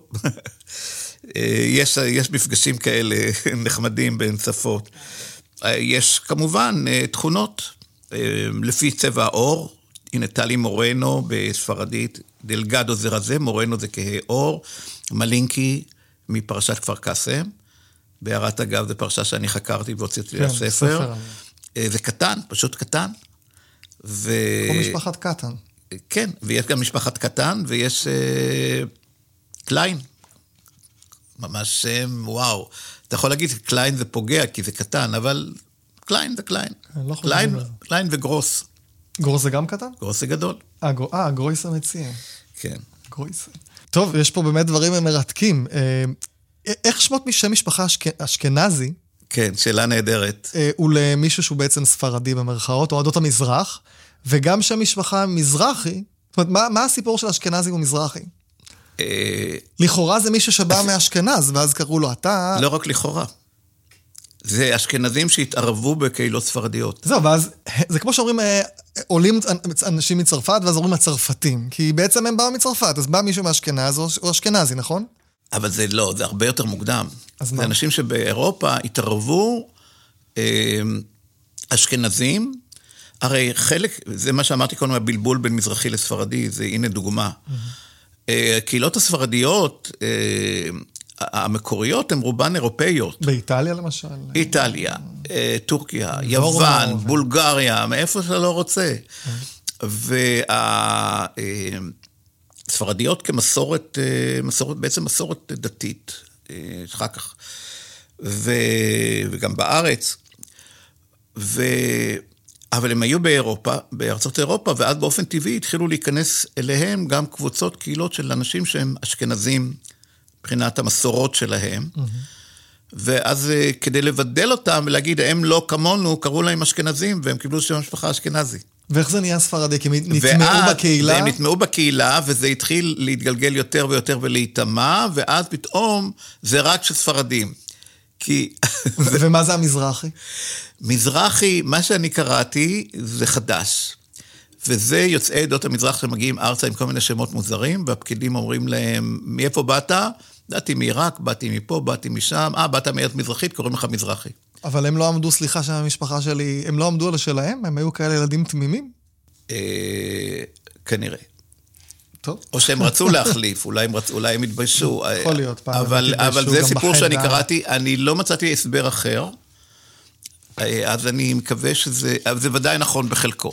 יש מפגשים כאלה נחמדים בין שפות. יש כמובן תכונות, לפי צבע האור. הנה טלי מורנו בספרדית, דלגדו זה רזה, מורנו זה כהה אור, מלינקי מפרשת כפר קאסם, בהערת אגב, זו פרשה שאני חקרתי והוצאתי לי הספר. זה קטן, פשוט קטן. כמו משפחת קטן. כן, ויש גם משפחת קטן, ויש קליין. ממש שם, וואו. אתה יכול להגיד, קליין זה פוגע, כי זה קטן, אבל קליין זה קליין. קליין וגרוס. גרוס זה גם קטן? גרוס זה גדול. גרויסר מציע. כן. גרויסר. טוב, יש פה באמת דברים מרתקים. איך שמות שם משפחה אשכנזי? כן, שאלה נהדרת. הוא למישהו שהוא בעצם ספרדי במרכאות, או עדות המזרח, וגם שם משפחה מזרחי. זאת אומרת, מה הסיפור של אשכנזי ומזרחי? לכאורה זה מישהו שבא מאשכנז, ואז קראו לו אתה... לא רק לכאורה. זה אשכנזים שהתערבו בקהילות ספרדיות. זהו, ואז זה כמו שאומרים, עולים אנשים מצרפת, ואז אומרים הצרפתים, כי בעצם הם באו מצרפת, אז בא מישהו מאשכנז או אשכנזי, נכון? אבל זה לא, זה הרבה יותר מוקדם. אז זה מה? אנשים שבאירופה התערבו אשכנזים, הרי חלק, זה מה שאמרתי קודם, הבלבול בין מזרחי לספרדי, זה הנה דוגמה. הקהילות הספרדיות, המקוריות הן רובן אירופאיות. באיטליה למשל? איטליה, טורקיה, יוון, בולגריה, מאיפה שאתה לא רוצה. והספרדיות כמסורת, בעצם מסורת דתית, אחר כך, וגם בארץ, אבל הם היו באירופה, בארצות אירופה, ואז באופן טבעי התחילו להיכנס אליהם גם קבוצות, קהילות של אנשים שהם אשכנזים, מבחינת המסורות שלהם, ואז כדי לבדל אותם ולהגיד, הם לא כמונו, קראו להם אשכנזים, והם קיבלו שם משפחה אשכנזי. ואיך זה נהיה ספרדי? כי נטמעו בקהילה? והם נטמעו בקהילה, וזה התחיל להתגלגל יותר ויותר ולהיטמע, ואז פתאום זה רק של ספרדים. ומה זה המזרחי? מזרחי, מה שאני קראתי, זה חדש. וזה יוצאי עדות המזרח שמגיעים ארצה עם כל מיני שמות מוזרים, והפקידים אומרים להם, מאיפה באת? באתי מעיראק, באתי מפה, באתי משם, באת מארץ מזרחית, קוראים לך מזרחי. אבל הם לא עמדו, סליחה שהמשפחה שלי, הם לא עמדו על השלהם? הם היו כאלה ילדים תמימים? כנראה. טוב. או שהם רצו להחליף, אולי הם התביישו. יכול להיות פעם. אבל זה סיפור שאני קראתי, אני לא מצאתי הסבר אחר, אז אני מקווה שזה, אבל זה ודאי נכון בחלקו.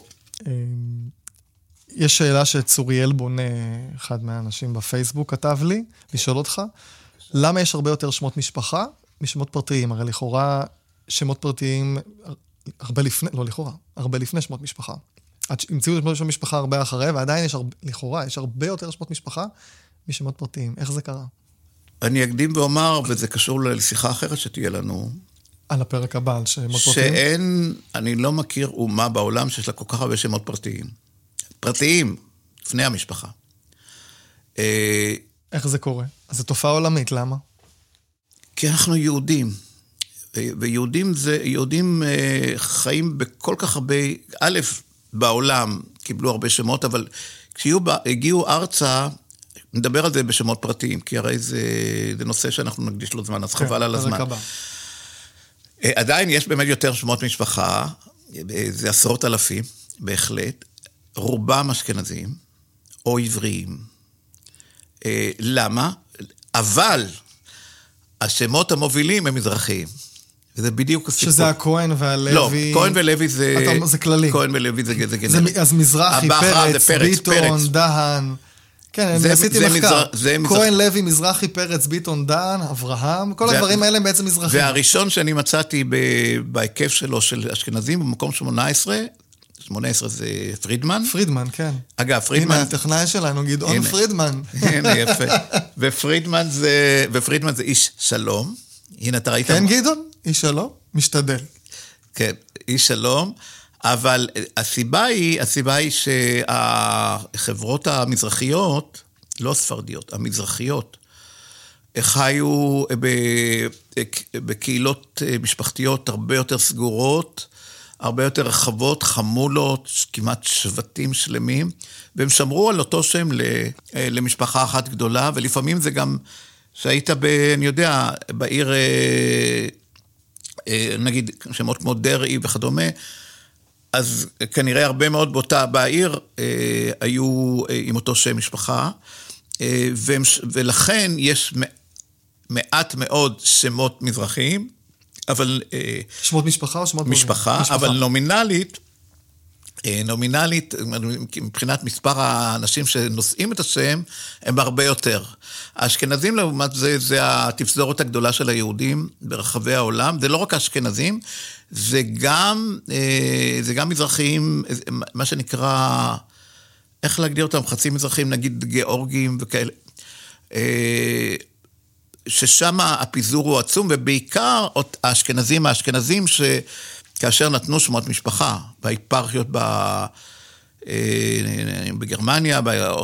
יש שאלה שצוריאל בונה, אחד מהאנשים בפייסבוק כתב לי, לשאול אותך, למה יש הרבה יותר שמות משפחה משמות פרטיים? הרי לכאורה שמות פרטיים, הרבה לפני, לא לכאורה, הרבה לפני שמות משפחה. המציאו שמות משפחה הרבה אחרי, ועדיין יש לכאורה, יש הרבה יותר שמות משפחה משמות פרטיים. איך זה קרה? אני אקדים ואומר, וזה קשור לשיחה אחרת שתהיה לנו, על הפרק הבא, על שמות פרטיים? שאין, אני לא מכיר אומה בעולם שיש לה כל כך הרבה שמות פרטיים. פרטיים, לפני המשפחה. איך זה קורה? אז זו תופעה עולמית, למה? כי אנחנו יהודים. ויהודים חיים בכל כך הרבה, א', בעולם קיבלו הרבה שמות, אבל כשהגיעו ארצה, נדבר על זה בשמות פרטיים, כי הרי זה נושא שאנחנו נקדיש לו זמן, אז חבל על הזמן. עדיין יש באמת יותר שמות משפחה, זה 10,000, בהחלט, רובם אשכנזים, או עבריים. למה? אבל השמות המובילים הם מזרחיים. וזה בדיוק הסיפור. שזה הכהן והלוי... לא, כהן ולוי זה... זה כללי. כהן ולוי זה גנרי. אז מזרחי, פרץ, ביטון, דהן. כן, אני עשיתי מחקר. כהן, לוי, מזרחי, פרץ, ביטון, דהן, אברהם, כל הדברים האלה הם בעצם מזרחים. והראשון שאני מצאתי בהיקף שלו של אשכנזים, במקום 18 זה פרידמן. פרידמן, כן. אגב, פרידמן... הנה, הטכנאי שלנו, גדעון פרידמן. הנה, יפה. ופרידמן זה איש שלום. הנה, אתה ראית... כן, גדעון? איש שלום? משתדל. כן, איש שלום. אבל הסיבה היא שהחברות המזרחיות, לא ספרדיות, המזרחיות, חיו בקהילות משפחתיות הרבה יותר סגורות, הרבה יותר רחבות, חמולות, כמעט שבטים שלמים, והם שמרו על אותו שם למשפחה אחת גדולה, ולפעמים זה גם, שהיית אני יודע, בעיר, נגיד, שמות כמו דרעי וכדומה, אז כנראה הרבה מאוד בעיר היו עם אותו שם משפחה, ולכן יש מעט מאוד שמות מזרחיים, אבל... שמות משפחה או שמות... משפחה, אבל נומינלית, מבחינת מספר האנשים שנושאים את השם, הם הרבה יותר. האשכנזים לעומת זה התפזורת הגדולה של היהודים ברחבי העולם, זה לא רק האשכנזים, זה גם מזרחיים, מה שנקרא, איך להגדיר אותם, חצי מזרחים, נגיד גיאורגים וכאלה, ששם הפיזור הוא עצום, ובעיקר האשכנזים שכאשר נתנו שמות משפחה, בהיפרכיות בגרמניה,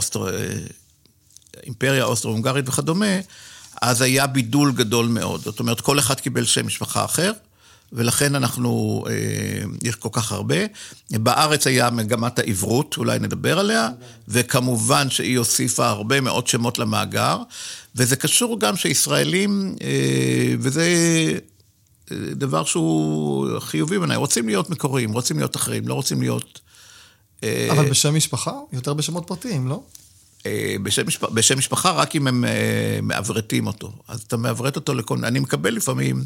באימפריה האוסטרו-הונגרית וכדומה, אז היה בידול גדול מאוד. זאת אומרת, כל אחד קיבל שם משפחה אחר, ולכן יש כל כך הרבה. בארץ היה מגמת העברות, אולי נדבר עליה, וכמובן שהיא הוסיפה הרבה מאוד שמות למאגר, וזה קשור גם שישראלים, וזה דבר שהוא חיובי בעיניי, רוצים להיות מקוריים, רוצים להיות אחרים, לא רוצים להיות... אבל בשם משפחה? יותר בשמות פרטיים, לא? בשם משפחה, רק אם הם מעברתים אותו. אז אתה מעברת אותו לכל... אני מקבל לפעמים...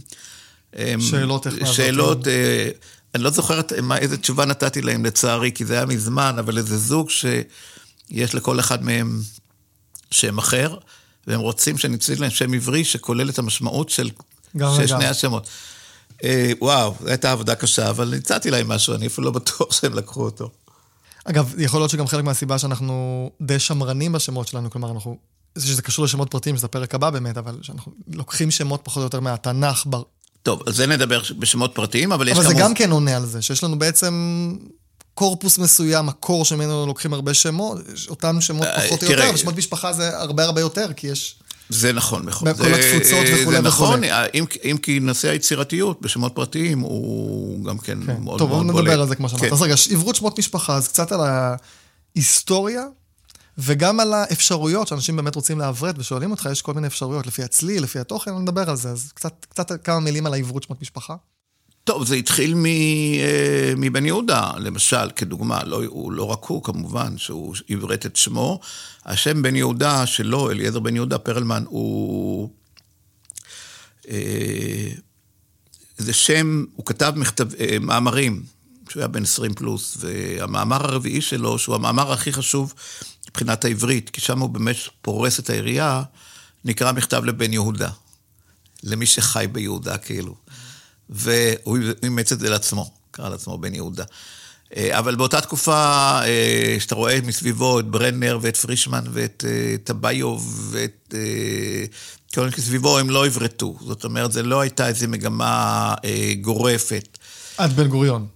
שאלות, אני לא זוכרת איזה תשובה נתתי להם לצערי, כי זה היה מזמן, אבל איזה זוג שיש לכל אחד מהם שם אחר, והם רוצים שנציל להם שם עברי, שכולל את המשמעות של שני השמות. וואו, זו הייתה עבודה קשה, אבל ניצאתי להם משהו, אני אפילו לא בטוח שהם לקחו אותו. אגב, יכול להיות שגם חלק מהסיבה שאנחנו די שמרנים בשמות שלנו, כלומר, שזה קשור לשמות פרטיים, שזה הפרק הבא באמת, אבל שאנחנו לוקחים שמות פחות או יותר מהתנ"ך, טוב, אז זה נדבר בשמות פרטיים, אבל יש אבל זה גם כן עונה על זה, שיש לנו בעצם קורפוס מסוים, מקור שמנו לוקחים הרבה שמות, אותם שמות פחות או יותר, ושמות משפחה זה הרבה יותר, כי יש... זה נכון, נכון. בכל התפוצות וכו'. זה נכון, אם כי נושא היצירתיות בשמות פרטיים, הוא גם כן מאוד מאוד טוב, בולט. טוב, נדבר על זה כמו שאמרת. אז רגע, עברות שמות משפחה, אז קצת על ההיסטוריה, וגם על האפשרויות שאנשים באמת רוצים לעברת, ושואלים אותך, יש כל מיני אפשרויות, לפי הצליל, לפי התוכן, נדבר על זה, אז קצת כמה מילים על העברות שמות משפחה. טוב, זה התחיל מבן יהודה, למשל, כדוגמה, לא רק הוא כמובן, שהוא עברת את שמו, השם בן יהודה שלו, אליעזר בן יהודה פרלמן, זה שם, הוא כתב מאמרים, שהוא היה בן 20 פלוס, והמאמר הרביעי שלו, שהוא המאמר הכי חשוב מבחינת העברית, כי שם הוא באמת פורס את העירייה, נקרא מכתב לבן יהודה, למי שחי ביהודה כאילו. והוא אימץ את זה לעצמו, קרא לעצמו בן יהודה. אבל באותה תקופה, שאתה רואה מסביבו את ברנר ואת פרישמן ואת טבאיוב ואת כל מיני סביבו, הם לא עברתו. זאת אומרת, זה לא הייתה איזו מגמה גורפת. עד בן גוריון.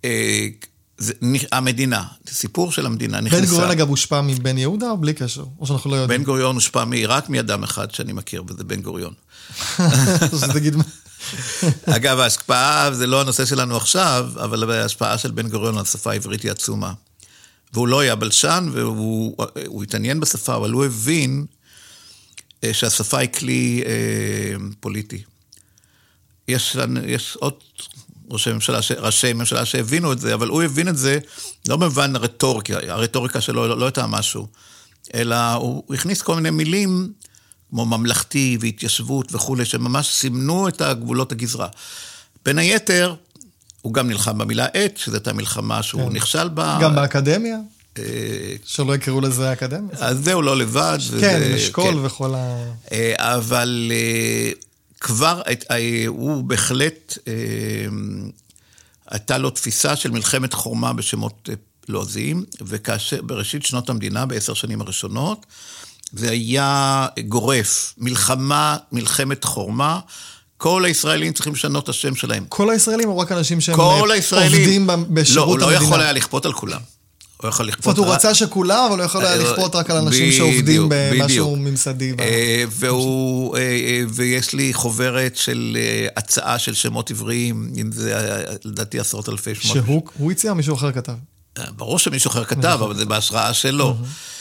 המדינה, סיפור של המדינה נכנסה. בן גוריון אגב הושפע מבן יהודה או בלי קשר? או שאנחנו לא יודעים? בן גוריון הושפע רק מאדם אחד שאני מכיר, וזה בן גוריון. אז תגיד מה. אגב, ההשפעה, זה לא הנושא שלנו עכשיו, אבל ההשפעה של בן גוריון על השפה העברית היא עצומה. והוא לא היה בלשן, והוא התעניין בשפה, אבל הוא הבין שהשפה היא כלי פוליטי. יש עוד ראשי ממשלה שהבינו את זה, אבל הוא הבין את זה לא במובן הרטוריקה שלו לא הייתה משהו, אלא הוא הכניס כל מיני מילים, כמו ממלכתי והתיישבות וכו', שממש סימנו את הגבולות הגזרה. בין היתר, הוא גם נלחם במילה עת, שזו הייתה מלחמה שהוא נכשל בה. גם באקדמיה? שלא יקראו לזה אקדמיה? אז זהו, לא לבד. כן, אשכול וכל ה... אבל כבר הוא בהחלט, הייתה לו תפיסה של מלחמת חורמה בשמות לועזיים, וכאשר בראשית שנות המדינה, ב10 שנים הראשונות, זה היה גורף, מלחמת חורמה, כל הישראלים צריכים לשנות את השם שלהם. כל הישראלים או רק אנשים שהם עובדים בשירות המדינה? לא, הוא לא יכול היה לכפות על כולם. הוא יכול לכפות... זאת אומרת, הוא רצה שכולם, אבל הוא יכול היה לכפות רק על אנשים שעובדים במשהו ממסדי. ויש לי חוברת של הצעה של שמות עבריים, אם זה לדעתי 10,000 שמות. שהוא הציע, מישהו אחר כתב. ברור שמישהו אחר כתב, אבל זה בהשראה שלו.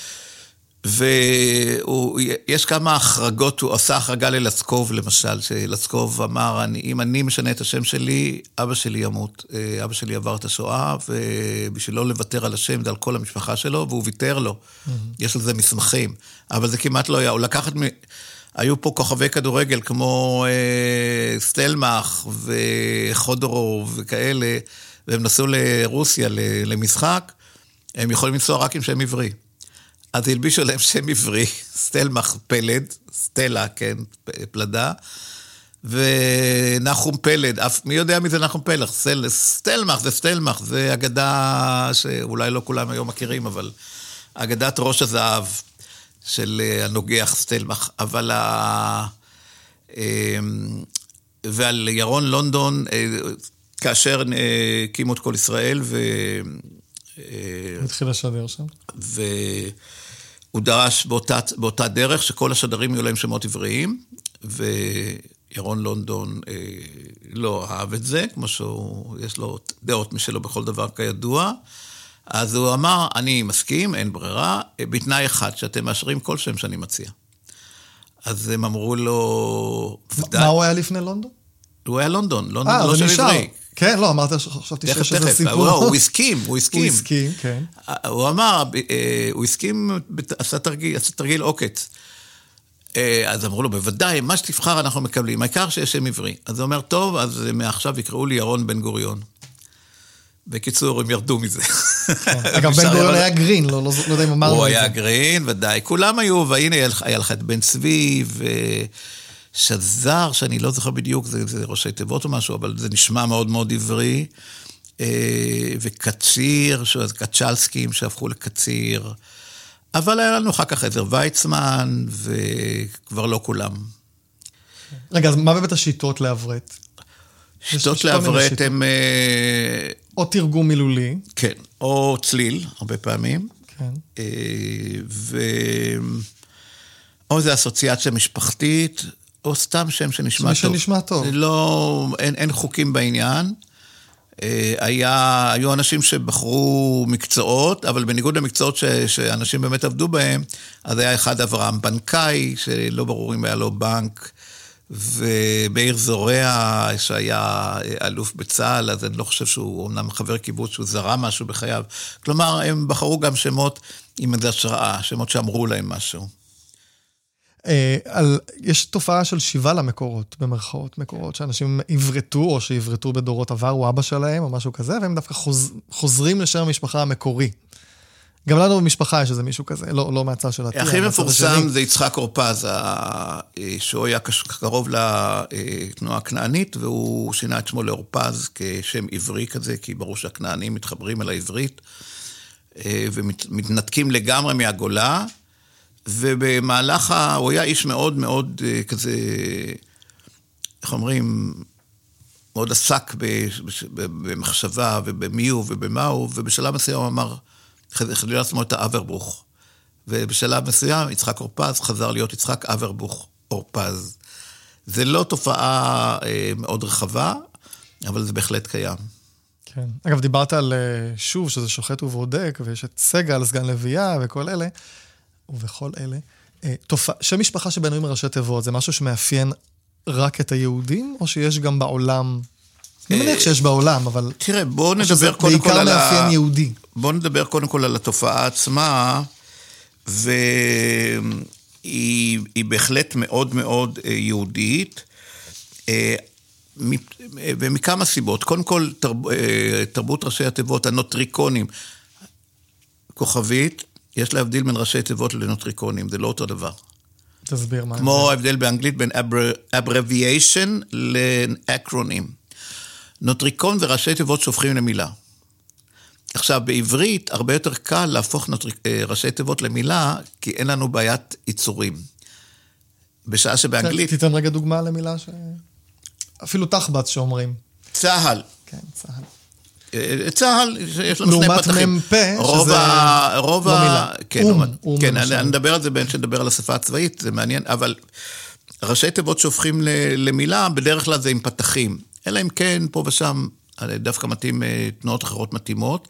ויש כמה החרגות, הוא עשה החרגה ללסקוב, למשל, שלסקוב אמר, אם אני משנה את השם שלי, אבא שלי ימות. אבא שלי עבר את השואה, ובשביל לא לוותר על השם, זה על כל המשפחה שלו, והוא ויתר לו. יש לזה מסמכים. אבל זה כמעט לא היה. הוא לקחת... היו פה כוכבי כדורגל, כמו סטלמך וחודורוב וכאלה, והם נסעו לרוסיה למשחק, הם יכולים לנסוע רק עם שם עברי. אז הלבישו להם שם עברי, סטלמך פלד, סטלה, כן, פלדה, ונחום פלד, מי יודע מי זה נחום פלד? סטלמך, זה סטלמך, זה אגדה שאולי לא כולם היום מכירים, אבל אגדת ראש הזהב של הנוגח סטלמך, אבל ועל ירון לונדון, כאשר הקימו את כל ישראל, התחיל לשדר שם. והוא דרש באותה דרך שכל השדרים יהיו להם שמות עבריים, וירון לונדון לא אהב את זה, כמו שיש לו דעות משלו בכל דבר כידוע, אז הוא אמר, אני מסכים, אין ברירה, בתנאי אחד, שאתם מאשרים כל שם שאני מציע. אז הם אמרו לו... מה הוא היה לפני לונדון? הוא היה לונדון לא של עברי. כן, לא, אמרת, חשבתי שיש איזה סיפור. הוא הסכים. הוא הסכים, כן. הוא אמר, הוא הסכים, עשה תרגיל עוקץ. אז אמרו לו, בוודאי, מה שתבחר אנחנו מקבלים, העיקר שיש שם עברי. אז הוא אומר, טוב, אז מעכשיו יקראו לי ירון בן גוריון. בקיצור, הם ירדו מזה. אגב, בן גוריון היה גרין, לא יודע אם אמרנו את זה. הוא היה גרין, ודאי, כולם היו, והנה היה לך את בן צבי, שזר, שאני לא זוכר בדיוק, זה ראשי תיבות או משהו, אבל זה נשמע מאוד מאוד עברי, וקציר, קצ'לסקים שהפכו לקציר, אבל היה לנו אחר כך עזר ויצמן, וכבר לא כולם. רגע, אז מה באמת השיטות לעברת? שיטות לעברת הם... או תרגום מילולי. כן, או צליל, הרבה פעמים. כן. או זה אסוציאציה משפחתית, או סתם שם שנשמע טוב. שנשמע טוב. זה לא, אין חוקים בעניין. היו אנשים שבחרו מקצועות, אבל בניגוד למקצועות שאנשים באמת עבדו בהם, אז היה אחד אברהם בנקאי, שלא ברור אם היה לו בנק, ובאיר זורע, שהיה אלוף בצהל, אז אני לא חושב שהוא אומנם חבר קיבוץ, שהוא זרה משהו בחייו. כלומר, הם בחרו גם שמות עם איזו השראה, שמות שאמרו להם משהו. יש תופעה של שיבה למקורות, במרכאות מקורות, שאנשים עברתו, או שעברתו בדורות עבר, הוא אבא שלהם, או משהו כזה, והם דווקא חוזרים לשם המשפחה המקורי. גם לנו במשפחה יש איזה מישהו כזה, לא מהצד של עתיד. הכי מפורסם זה יצחק אורפז, שהוא היה קרוב לתנועה הכנענית, והוא שינה את שמו לאורפז כשם עברי כזה, כי ברור שהכנענים מתחברים אל העברית, ומתנתקים לגמרי מהגולה, ובמהלך, הוא היה איש מאוד מאוד כזה, איך אומרים, מאוד עסק במחשבה ובמי הוא ובמהו, ובשלב מסוים הוא אמר, חזר לעצמו את האברבוך. ובשלב מסוים, יצחק אורפז חזר להיות יצחק אברבוך אורפז. זה לא תופעה מאוד רחבה, אבל זה בהחלט קיים. כן. אגב, דיברת על שוב, שזה שוחט ובודק, ויש את סגל, סגן לוויה וכל אלה, ובכל אלה. שם משפחה שבנויים מראשי תיבות, זה משהו שמאפיין רק את היהודים, או שיש גם בעולם? אני מניח שיש בעולם, אבל... תראה, בואו נדבר קודם כל על... בעיקר מאפיין יהודי. בואו נדבר קודם כל על התופעה עצמה, והיא בהחלט מאוד מאוד יהודית, ומכמה סיבות. קודם כל, תרבות ראשי התיבות, הנוטריקונים, כוכבית, יש להבדיל בין ראשי תיבות לנוטריקונים, זה לא אותו דבר. תסביר מה. כמו ההבדל באנגלית בין abbreviation לאקרונים. נוטריקון וראשי תיבות שהופכים למילה. עכשיו, בעברית הרבה יותר קל להפוך ראשי תיבות למילה, כי אין לנו בעיית ייצורים. בשעה שבאנגלית... תיתן רגע דוגמה למילה ש... אפילו תחבץ שאומרים. צהל. כן, צהל. צהל, יש לנו שני פתחים. לעומת מ"פ, שזה לא מילה. כן, אני מדבר על זה בין שנדבר על השפה הצבאית, זה מעניין, אבל ראשי תיבות שהופכים למילה, בדרך כלל זה עם פתחים. אלא אם כן, פה ושם, דווקא מתאים תנועות אחרות מתאימות,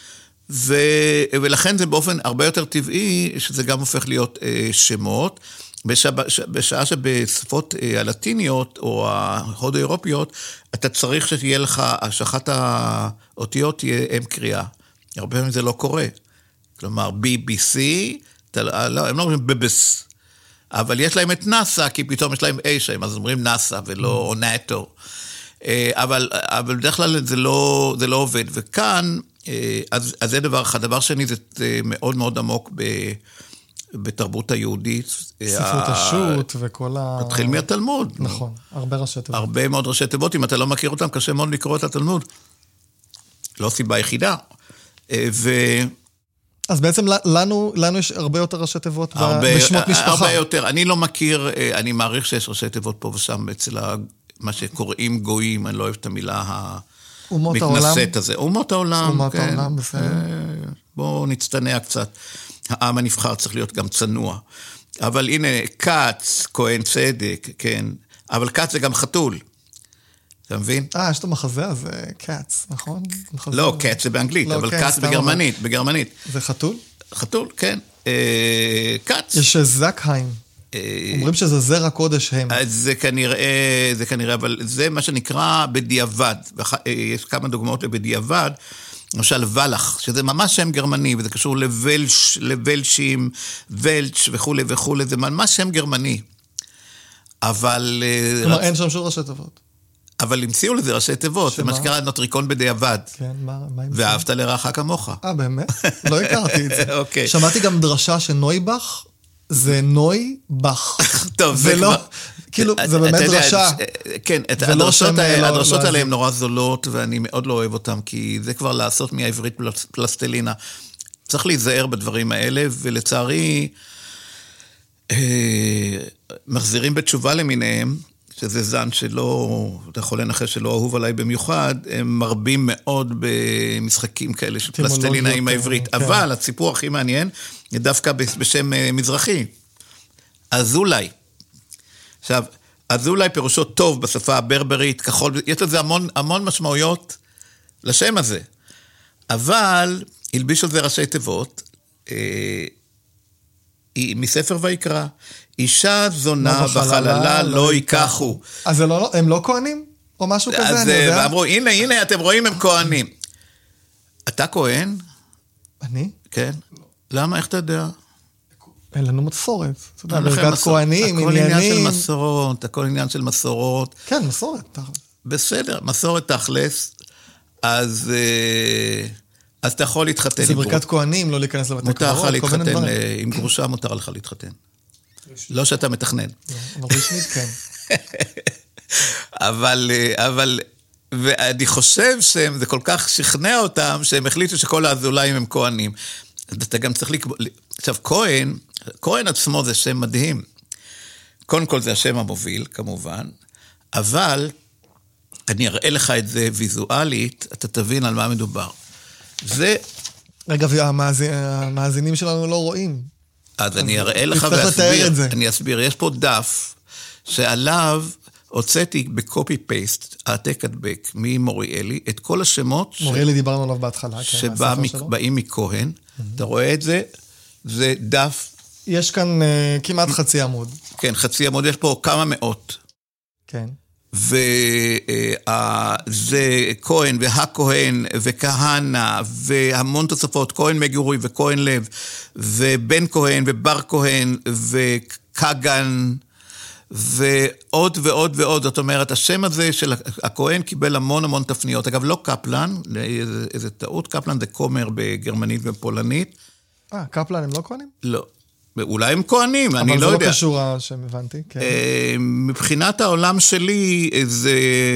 ולכן זה באופן הרבה יותר טבעי, שזה גם הופך להיות שמות, בשעה שבשפות הלטיניות או ההודו-אירופיות, אתה צריך שתהיה לך, שאחת האותיות תהיה אם קריאה. הרבה פעמים זה לא קורה. כלומר, BBC, לא, הם לא אומרים בבס, אבל יש להם את נאסא, כי פתאום יש להם אי שם, אז אומרים נאסא ולא נאטו. אבל בדרך כלל זה לא עובד. וכאן, אז זה דבר אחד. דבר שני, זה מאוד מאוד עמוק בתרבות היהודית. ספרות השו"ת וכל מתחיל מהתלמוד. נכון, הרבה ראשי תיבות. הרבה מאוד ראשי תיבות, אם אתה לא מכיר אותם, קשה מאוד לקרוא את התלמוד. לא סיבה יחידה. אז בעצם לנו יש הרבה יותר ראשי תיבות בשמות משפחה. הרבה יותר. אני לא מכיר, אני מעריך שיש ראשי תיבות פה ושם אצל מה שקוראים גויים, אני לא אוהב את המילה המתנשאת הזה. אומות העולם. אומות העולם, בסדר. בואו נצטנע קצת. העם הנבחר צריך להיות גם צנוע. אבל הנה, קץ, כהן צדק, כן. אבל קץ זה גם חתול. אתה מבין? יש את המחזה הזה, קץ, נכון? לא, קץ זה באנגלית, אבל קץ בגרמנית. זה חתול? חתול, כן. קץ. יש זקהיים. אומרים שזה זרע קודש הם. זה כנראה, אבל זה מה שנקרא בדיעבד. יש כמה דוגמאות לבדיעבד. למשל ולח, שזה ממש שם גרמני, וזה קשור לבלשים, ולץ' וכו' וכו', זה ממש שם גרמני. אבל... כלומר, אין שם שום ראשי תיבות. אבל המציאו לזה ראשי תיבות, זה מה שקרה נוטריקון בדיעבד. כן, מה המציאו? ואהבת לרעך כמוך. באמת? לא הכרתי את זה. אוקיי. שמעתי גם דרשה שנויבך, זה נוי בח. טוב, זה כבר... כאילו, זה באמת דרשה. כן, הדרשות האלה הן נורא זולות, ואני מאוד לא אוהב אותן, כי זה כבר לעשות מהעברית פלסטלינה. צריך להיזהר בדברים האלה, ולצערי, מחזירים בתשובה למיניהם, שזה זן שלא, אתה יכול לנחש שלא אהוב עליי במיוחד, הם מרבים מאוד במשחקים כאלה של פלסטלינה עם העברית. אבל הסיפור הכי מעניין, זה דווקא בשם מזרחי. אזולאי. עכשיו, אזולאי פירושו טוב בשפה הברברית, כחול, יש לזה המון משמעויות לשם הזה. אבל, הלביש על זה ראשי תיבות, מספר ויקרא, אישה זונה בחללה לא ייקחו. אז הם לא כהנים? או משהו כזה, אני יודע? ואמרו, הנה, אתם רואים, הם כהנים. אתה כהן? אני? כן. למה, איך אתה יודע? אין לנו מסורת. אתה יודע, ברכת כהנים, עניינים. הכל עניין של מסורות. כן, מסורת. בסדר, מסורת תכלס. אז אתה יכול להתחתן. זה ברכת כהנים, לא להיכנס לבתי קברות. מותר לך להתחתן, עם גרושה מותר לך להתחתן. לא שאתה מתכנן. אבל רשמית כן. אבל, ואני חושב שזה כל כך שכנע אותם, שהם החליטו שכל האזולאים הם כהנים. אתה גם צריך לקבוע, עכשיו כהן עצמו זה שם מדהים. קודם כל זה השם המוביל, כמובן, אבל אני אראה לך את זה ויזואלית, אתה תבין על מה מדובר. זה... רגע, המאזינים שלנו לא רואים. אז אני אראה לך ואסביר. אני אסביר, יש פה דף שעליו הוצאתי בקופי פייסט, העתק הדבק ממוריאלי, את כל השמות... מוריאלי דיברנו עליו בהתחלה. שבאים מכהן. אתה רואה את זה? זה דף... יש כאן כמעט חצי עמוד. כן, חצי עמוד, יש פה כמה מאות. כן. וזה כהן והכהן וכהנה והמון תוספות, כהן מגורי וכהן לב ובן כהן ובר כהן וכגן ועוד ועוד ועוד. זאת אומרת, השם הזה של הכהן קיבל המון תפניות. אגב, לא קפלן, איזה טעות, קפלן זה כומר בגרמנית ופולנית. קפלן הם לא כהנים? לא. אולי הם כהנים, אני לא יודע. אבל זה לא קשור השם, הבנתי. מבחינת העולם שלי, זה...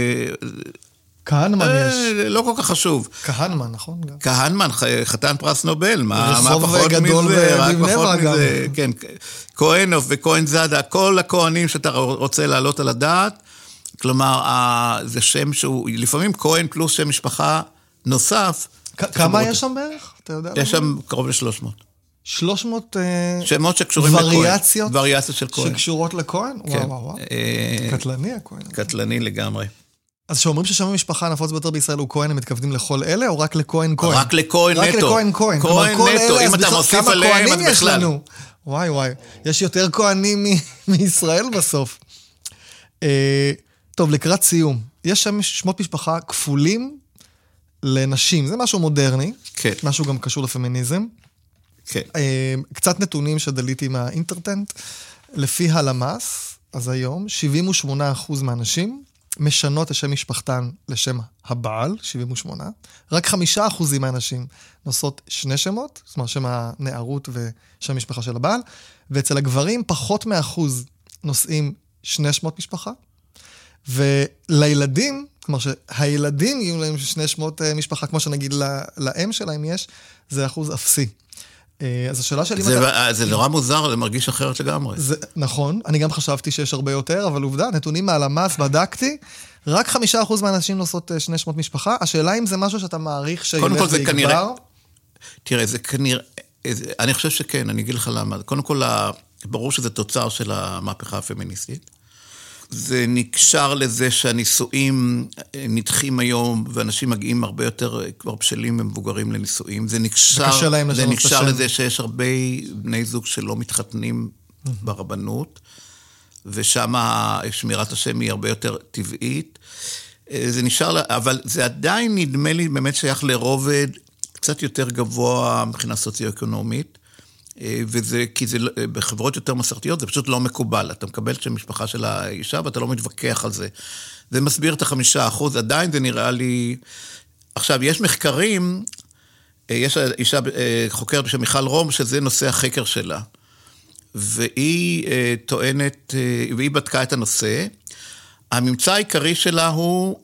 כהנמן יש. לא כל כך חשוב. כהנמן, נכון? כהנמן, חתן פרס נובל, מה פחות מזה, רק פחות מזה. כן, כהנוף וכהן זדה, כל הכהנים שאתה רוצה לעלות על הדעת, כלומר, זה שם שהוא, לפעמים כהן פלוס שם משפחה, נוסף. כמה יש שם בערך? אתה יודע? יש שם קרוב ל-300. 300 שמות שקשורים לכהן. וריאציות של כהן. שקשורות לכהן? כן. וואו. קטלני הכהן. קטלני לגמרי. אז שאומרים ששם המשפחה הנפוץ ביותר בישראל הוא כהן, הם מתכוונים לכל אלה, או רק לכהן כהן? רק לכהן נטו. רק לכהן כהן. כהן נטו, אם אתה מוסיף עליהם, אז בכלל. וואי. יש יותר כהנים מישראל בסוף. טוב, לקראת סיום. יש שם שמות משפחה כפולים לנשים. זה משהו מודרני. כן. משהו גם קשור לפמיניזם. כן. קצת נתונים שדליתי מהאינטרנט. לפי הלמ"ס, אז היום, 78% מהנשים משנות את שם משפחתן לשם הבעל, 78. רק 5% מהנשים נושאות שני שמות, זאת אומרת, שם הנערות ושם משפחה של הבעל, ואצל הגברים פחות מ1% נושאים שני שמות משפחה, ולילדים, כלומר שהילדים יהיו להם שני שמות משפחה, כמו שנגיד לאם שלהם יש, זה אחוז אפסי. אז השאלה שלי... זה נורא מוזר, זה מרגיש אחרת לגמרי. נכון, אני גם חשבתי שיש הרבה יותר, אבל עובדה, נתונים מהלמ"ס, בדקתי, רק 5% מהאנשים נושאות שני שמות משפחה. השאלה אם זה משהו שאתה מעריך שילך ויגבר? תראה, זה כנראה... אני חושב שכן, אני אגיד לך למה. קודם כל, ברור שזה תוצר של המהפכה הפמיניסטית. זה נקשר לזה שהנישואים נדחים היום, ואנשים מגיעים הרבה יותר כבר בשלים ומבוגרים לנישואים. זה נקשר לזה שיש הרבה בני זוג שלא מתחתנים ברבנות, ושם שמירת השם היא הרבה יותר טבעית. זה נשאר, אבל זה עדיין נדמה לי באמת שייך לרובד קצת יותר גבוה מבחינה סוציו-אקונומית, וזה, כי זה, בחברות יותר מסורתיות, זה פשוט לא מקובל. אתה מקבל שם משפחה של האישה, ואתה לא מתווכח על זה. זה מסביר את 5%, עדיין זה נראה לי... עכשיו, יש מחקרים, יש אישה חוקרת בשם מיכל רום, שזה נושא החקר שלה. והיא טוענת, והיא בדקה את הנושא. הממצא העיקרי שלה הוא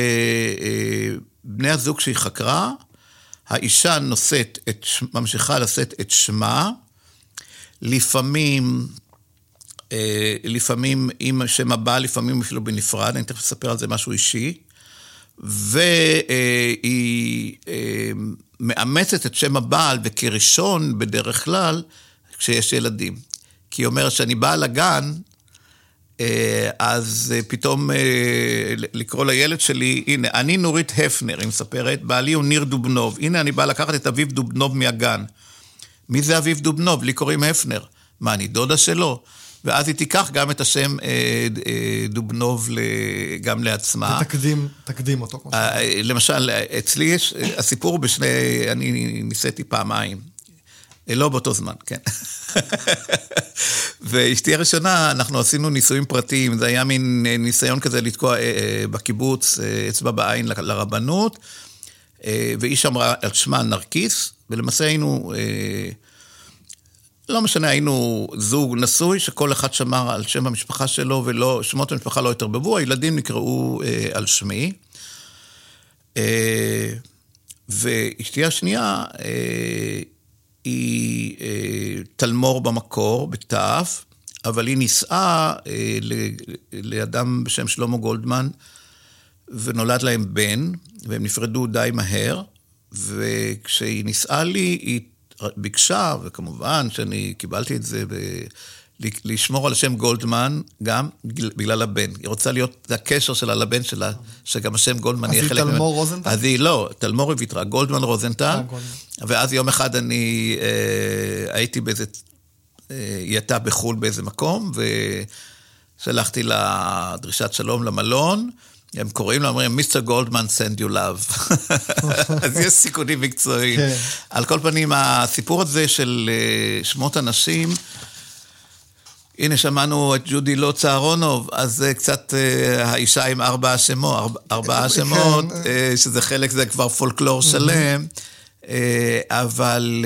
שבני הזוג שהיא חקרה, האישה ממשיכה לשאת את שמה, לפעמים עם שם הבא, לפעמים אפילו בנפרד, אני תכף אספר על זה משהו אישי, והיא מאמצת את שם הבעל, וכראשון בדרך כלל, כשיש ילדים. כי היא אומרת שאני באה לגן, אז פתאום לקרוא לילד שלי, הנה, אני נורית הפנר, היא מספרת, בעלי הוא ניר דובנוב, הנה אני באה לקחת את אביב דובנוב מהגן. מי זה אביב דובנוב? לי קוראים הפנר. מה, אני דודה שלו? ואז היא תיקח גם את השם דובנוב גם לעצמה. תקדים אותו. למשל, אצלי יש, הסיפור הוא אני ניסיתי פעמיים. לא באותו זמן, כן. ואשתי הראשונה, אנחנו עשינו ניסויים פרטיים, זה היה מין ניסיון כזה לתקוע בקיבוץ, אצבע בעין לרבנות, והיא שמרה על שמה נרקיס, ולמעשה היינו, לא משנה, היינו זוג נשוי, שכל אחד שמר על שם המשפחה שלו, ושמות המשפחה לא התערבבו, הילדים נקראו על שמי, ואשתי השנייה, היא תלמור במקור, בתף, אבל היא נישאה לאדם בשם שלמה גולדמן, ונולד להם בן, והם נפרדו די מהר, וכשהיא נישאה לי, היא ביקשה, וכמובן שאני קיבלתי את זה, לשמור על השם גולדמן, גם בגלל הבן. היא רוצה להיות, זה הקשר שלה לבן שלה, שגם השם גולדמן יהיה חלק... אז היא תלמור רוזנטל? אז היא לא, תלמור היא ויתרה, גולדמן רוזנטל, ואז יום אחד אני הייתי באיזה, היא הייתה בחול באיזה מקום, ושלחתי לה דרישת שלום למלון, הם קוראים לה, אומרים, מיסטר גולדמן, send you love. אז יש סיכונים מקצועיים. על כל פנים, הסיפור הזה של שמות אנשים, הנה שמענו את ג'ודי לא צהרונוב, אז זה קצת האישה עם 4 שמות, 4 שמות, שזה חלק, זה כבר פולקלור שלם, אבל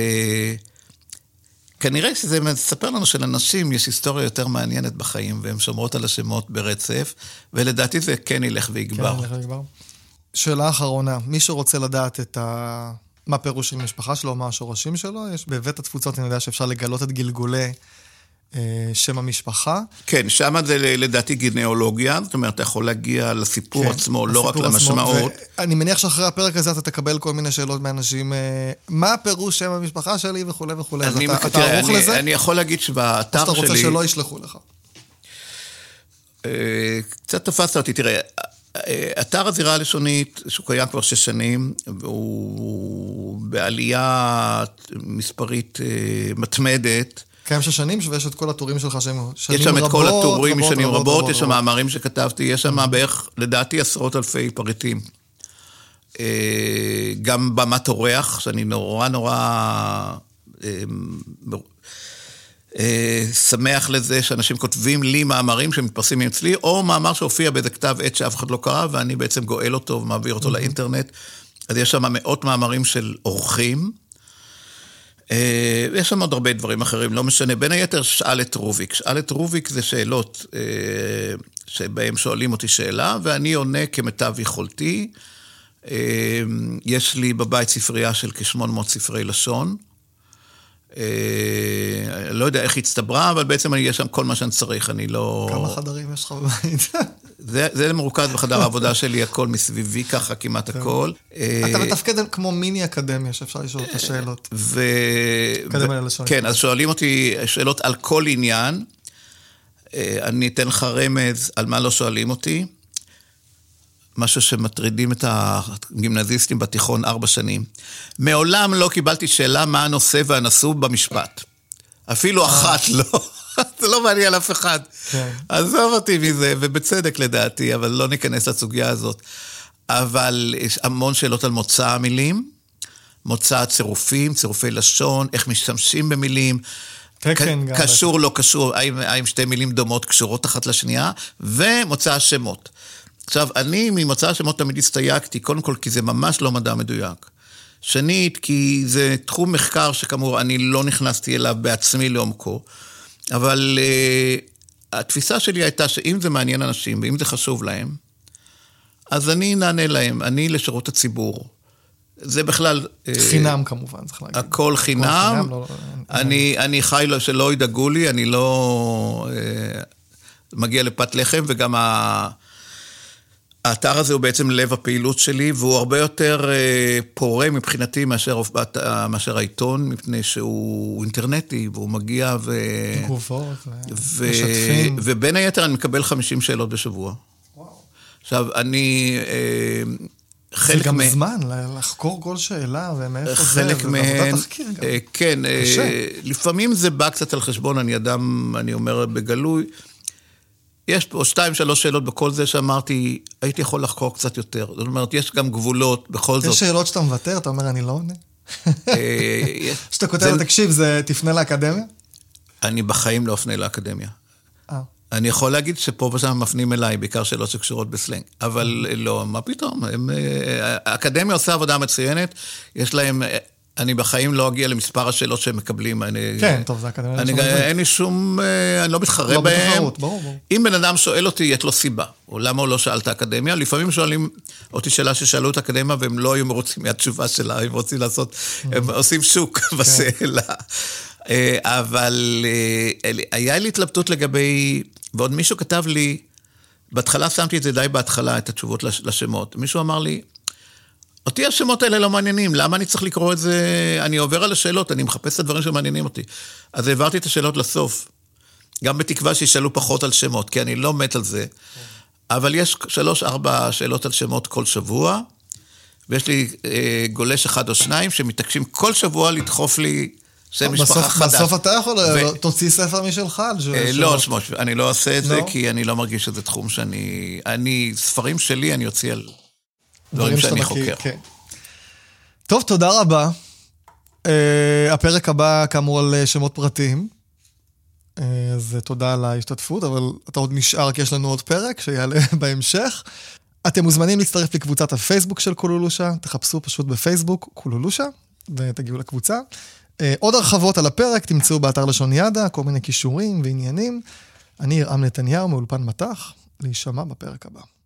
כנראה שזה מספר לנו שלאנשים יש היסטוריה יותר מעניינת בחיים, והן שומרות על השמות ברצף, ולדעתי זה כן ילך ויגבר. שאלה אחרונה, מי שרוצה לדעת מה פירוש של משפחה שלו, מה השורשים שלו, יש בבית התפוצות, אני יודע שאפשר לגלות את גלגולי שם המשפחה. כן, שם זה לדעתי גנאולוגיה, זאת אומרת, אתה יכול להגיע לסיפור עצמו, לא רק למשמעות. אני מניח שאחרי הפרק הזה אתה תקבל כל מיני שאלות מאנשים, מה הפירוש שם המשפחה שלי וכו' וכו'. אתה ערוך לזה? אני יכול להגיד שבאתר שלי... או שאתה רוצה שלא ישלחו לך? קצת תפסת אותי, תראה, אתר הזירה הלשונית, שהוא קיים כבר 6 שנים, והוא בעלייה מספרית מתמדת, קיים 6 שנים, ויש את כל הטורים שלך שהם שנים רבות. יש שם את כל הטורים שנים רבות, יש שם מאמרים שכתבתי, יש שם בערך, לדעתי, 10,000 פריטים. גם במת אורח, שאני נורא שמח לזה שאנשים כותבים לי מאמרים שמתפרסמים אצלי, או מאמר שהופיע באיזה כתב עת שאף אחד לא קרא, ואני בעצם גואל אותו ומעביר אותו לאינטרנט. אז יש שם מאות מאמרים של אורחים, יש שם עוד הרבה דברים אחרים, לא משנה. בין היתר, שאל את רוביק. שאל את רוביק זה שאלות שבהם שואלים אותי שאלה, ואני עונה כמיטב יכולתי. יש לי בבית ספרייה של כ-800 ספרי לשון. לא יודע איך הצטברה, אבל בעצם יש שם כל מה שאני צריך, אני לא... כמה חדרים יש לך בבית? זה מרוכז בחדר העבודה שלי, הכל מסביבי, ככה כמעט הכל. אתה מתפקד כמו מיני אקדמיה, שאפשר לשאול את השאלות. אקדמיה ללשון. כן, אז שואלים אותי שאלות על כל עניין, אני אתן לך רמז על מה לא שואלים אותי, משהו שמטרידים את הגימנזיסטים בתיכון 4 שנים. מעולם לא קיבלתי שאלה מה הנושא והנשוא במשפט. אפילו אחת לא. זה לא מעניין אף אחד. עזוב אותי מזה, ובצדק לדעתי, אבל לא ניכנס לסוגיה הזאת. אבל יש המון שאלות על מוצא המילים, מוצא צירופים, צירופי לשון, איך משתמשים במילים, קשור, לא קשור, האם 2 מילים דומות קשורות אחת לשנייה, ומוצא השמות. עכשיו, אני ממוצא השמות תמיד הסתייגתי, קודם כל כי זה ממש לא מדע מדויק. שנית, כי זה תחום מחקר שכאמור אני לא נכנסתי אליו בעצמי לעומקו, אבל התפיסה שלי הייתה שאם זה מעניין אנשים, ואם זה חשוב להם, אז אני נענה להם, אני לשירות הציבור. זה בכלל... חינם כמובן, צריך להגיד. הכל חינם, אני חי שלא ידאגו לי, אני לא מגיע לפת לחם, וגם האתר הזה הוא בעצם לב הפעילות שלי, והוא הרבה יותר פורה מבחינתי מאשר העיתון, מפני שהוא אינטרנטי, והוא מגיע תגובות ומשתפים. ובין היתר אני מקבל 50 שאלות בשבוע. עכשיו, אני... זה גם זמן, לחקור כל שאלה, ומאיפה זה, ועבודת תחקיר גם. כן, לפעמים זה בא קצת על חשבון, אני אומר בגלוי, יש פה 2-3 שאלות בכל זה שאמרתי, הייתי יכול לחקור קצת יותר. זאת אומרת, יש גם גבולות בכל זאת. יש שאלות שאתה מוותר, אתה אומר, אני לא עונה. שאתה כותב, תקשיב, זה תפנה לאקדמיה? אני בחיים לא אפנה לאקדמיה. אני יכול להגיד שפה ושם מפנים אליי, בעיקר שאלות שקשורות בסלנג. אבל לא, מה פתאום? האקדמיה עושה עבודה מצוינת, יש להם... אני בחיים לא אגיע למספר השאלות שהם מקבלים. כן, טוב, זה אקדמיה. אין לי שום, אני לא מתחרה בהם. אם בן אדם שואל אותי, יש לו סיבה. או למה הוא לא שאל את האקדמיה? לפעמים שואלים אותי שאלה ששאלו את האקדמיה, והם לא היו מרוצים מהתשובה שלה, הם רוצים לעשות, הם עושים שוק בשאלה. אבל היה לי התלבטות לגבי, ועוד מישהו כתב לי, בהתחלה שמתי את זה די בהתחלה, את התשובות לשמות. מישהו אמר לי, אותי השמות האלה לא מעניינים, למה אני צריך לקרוא את זה? אני עובר על השאלות, אני מחפש את הדברים שמעניינים אותי. אז העברתי את השאלות לסוף, גם בתקווה שישאלו פחות על שמות, כי אני לא מת על זה. אבל יש 3-4 שאלות על שמות כל שבוע, ויש לי גולש 1 או 2 שמתעקשים כל שבוע לדחוף לי שם משפחה חדש. בסוף אתה יכול, תוציא ספר משלך. לא, אני לא עושה את זה, כי אני לא מרגיש שזה תחום שאני, ספרים שלי אני אוציא על... דברים שאני חוקר. טוב, תודה רבה. הפרק הבא כאמור על שמות פרטיים. אז תודה על ההשתתפות, אבל אתה עוד נשאר כי יש לנו עוד פרק שיעלה בהמשך. אתם מוזמנים להצטרף לקבוצת הפייסבוק של קולולושה, תחפשו פשוט בפייסבוק קולולושה, ותגיעו לקבוצה. עוד הרחבות על הפרק תמצאו באתר לשון ידע, כל מיני קישורים ועניינים. אני ירעם נתניהו מאולפן מטח, להישמע בפרק הבא.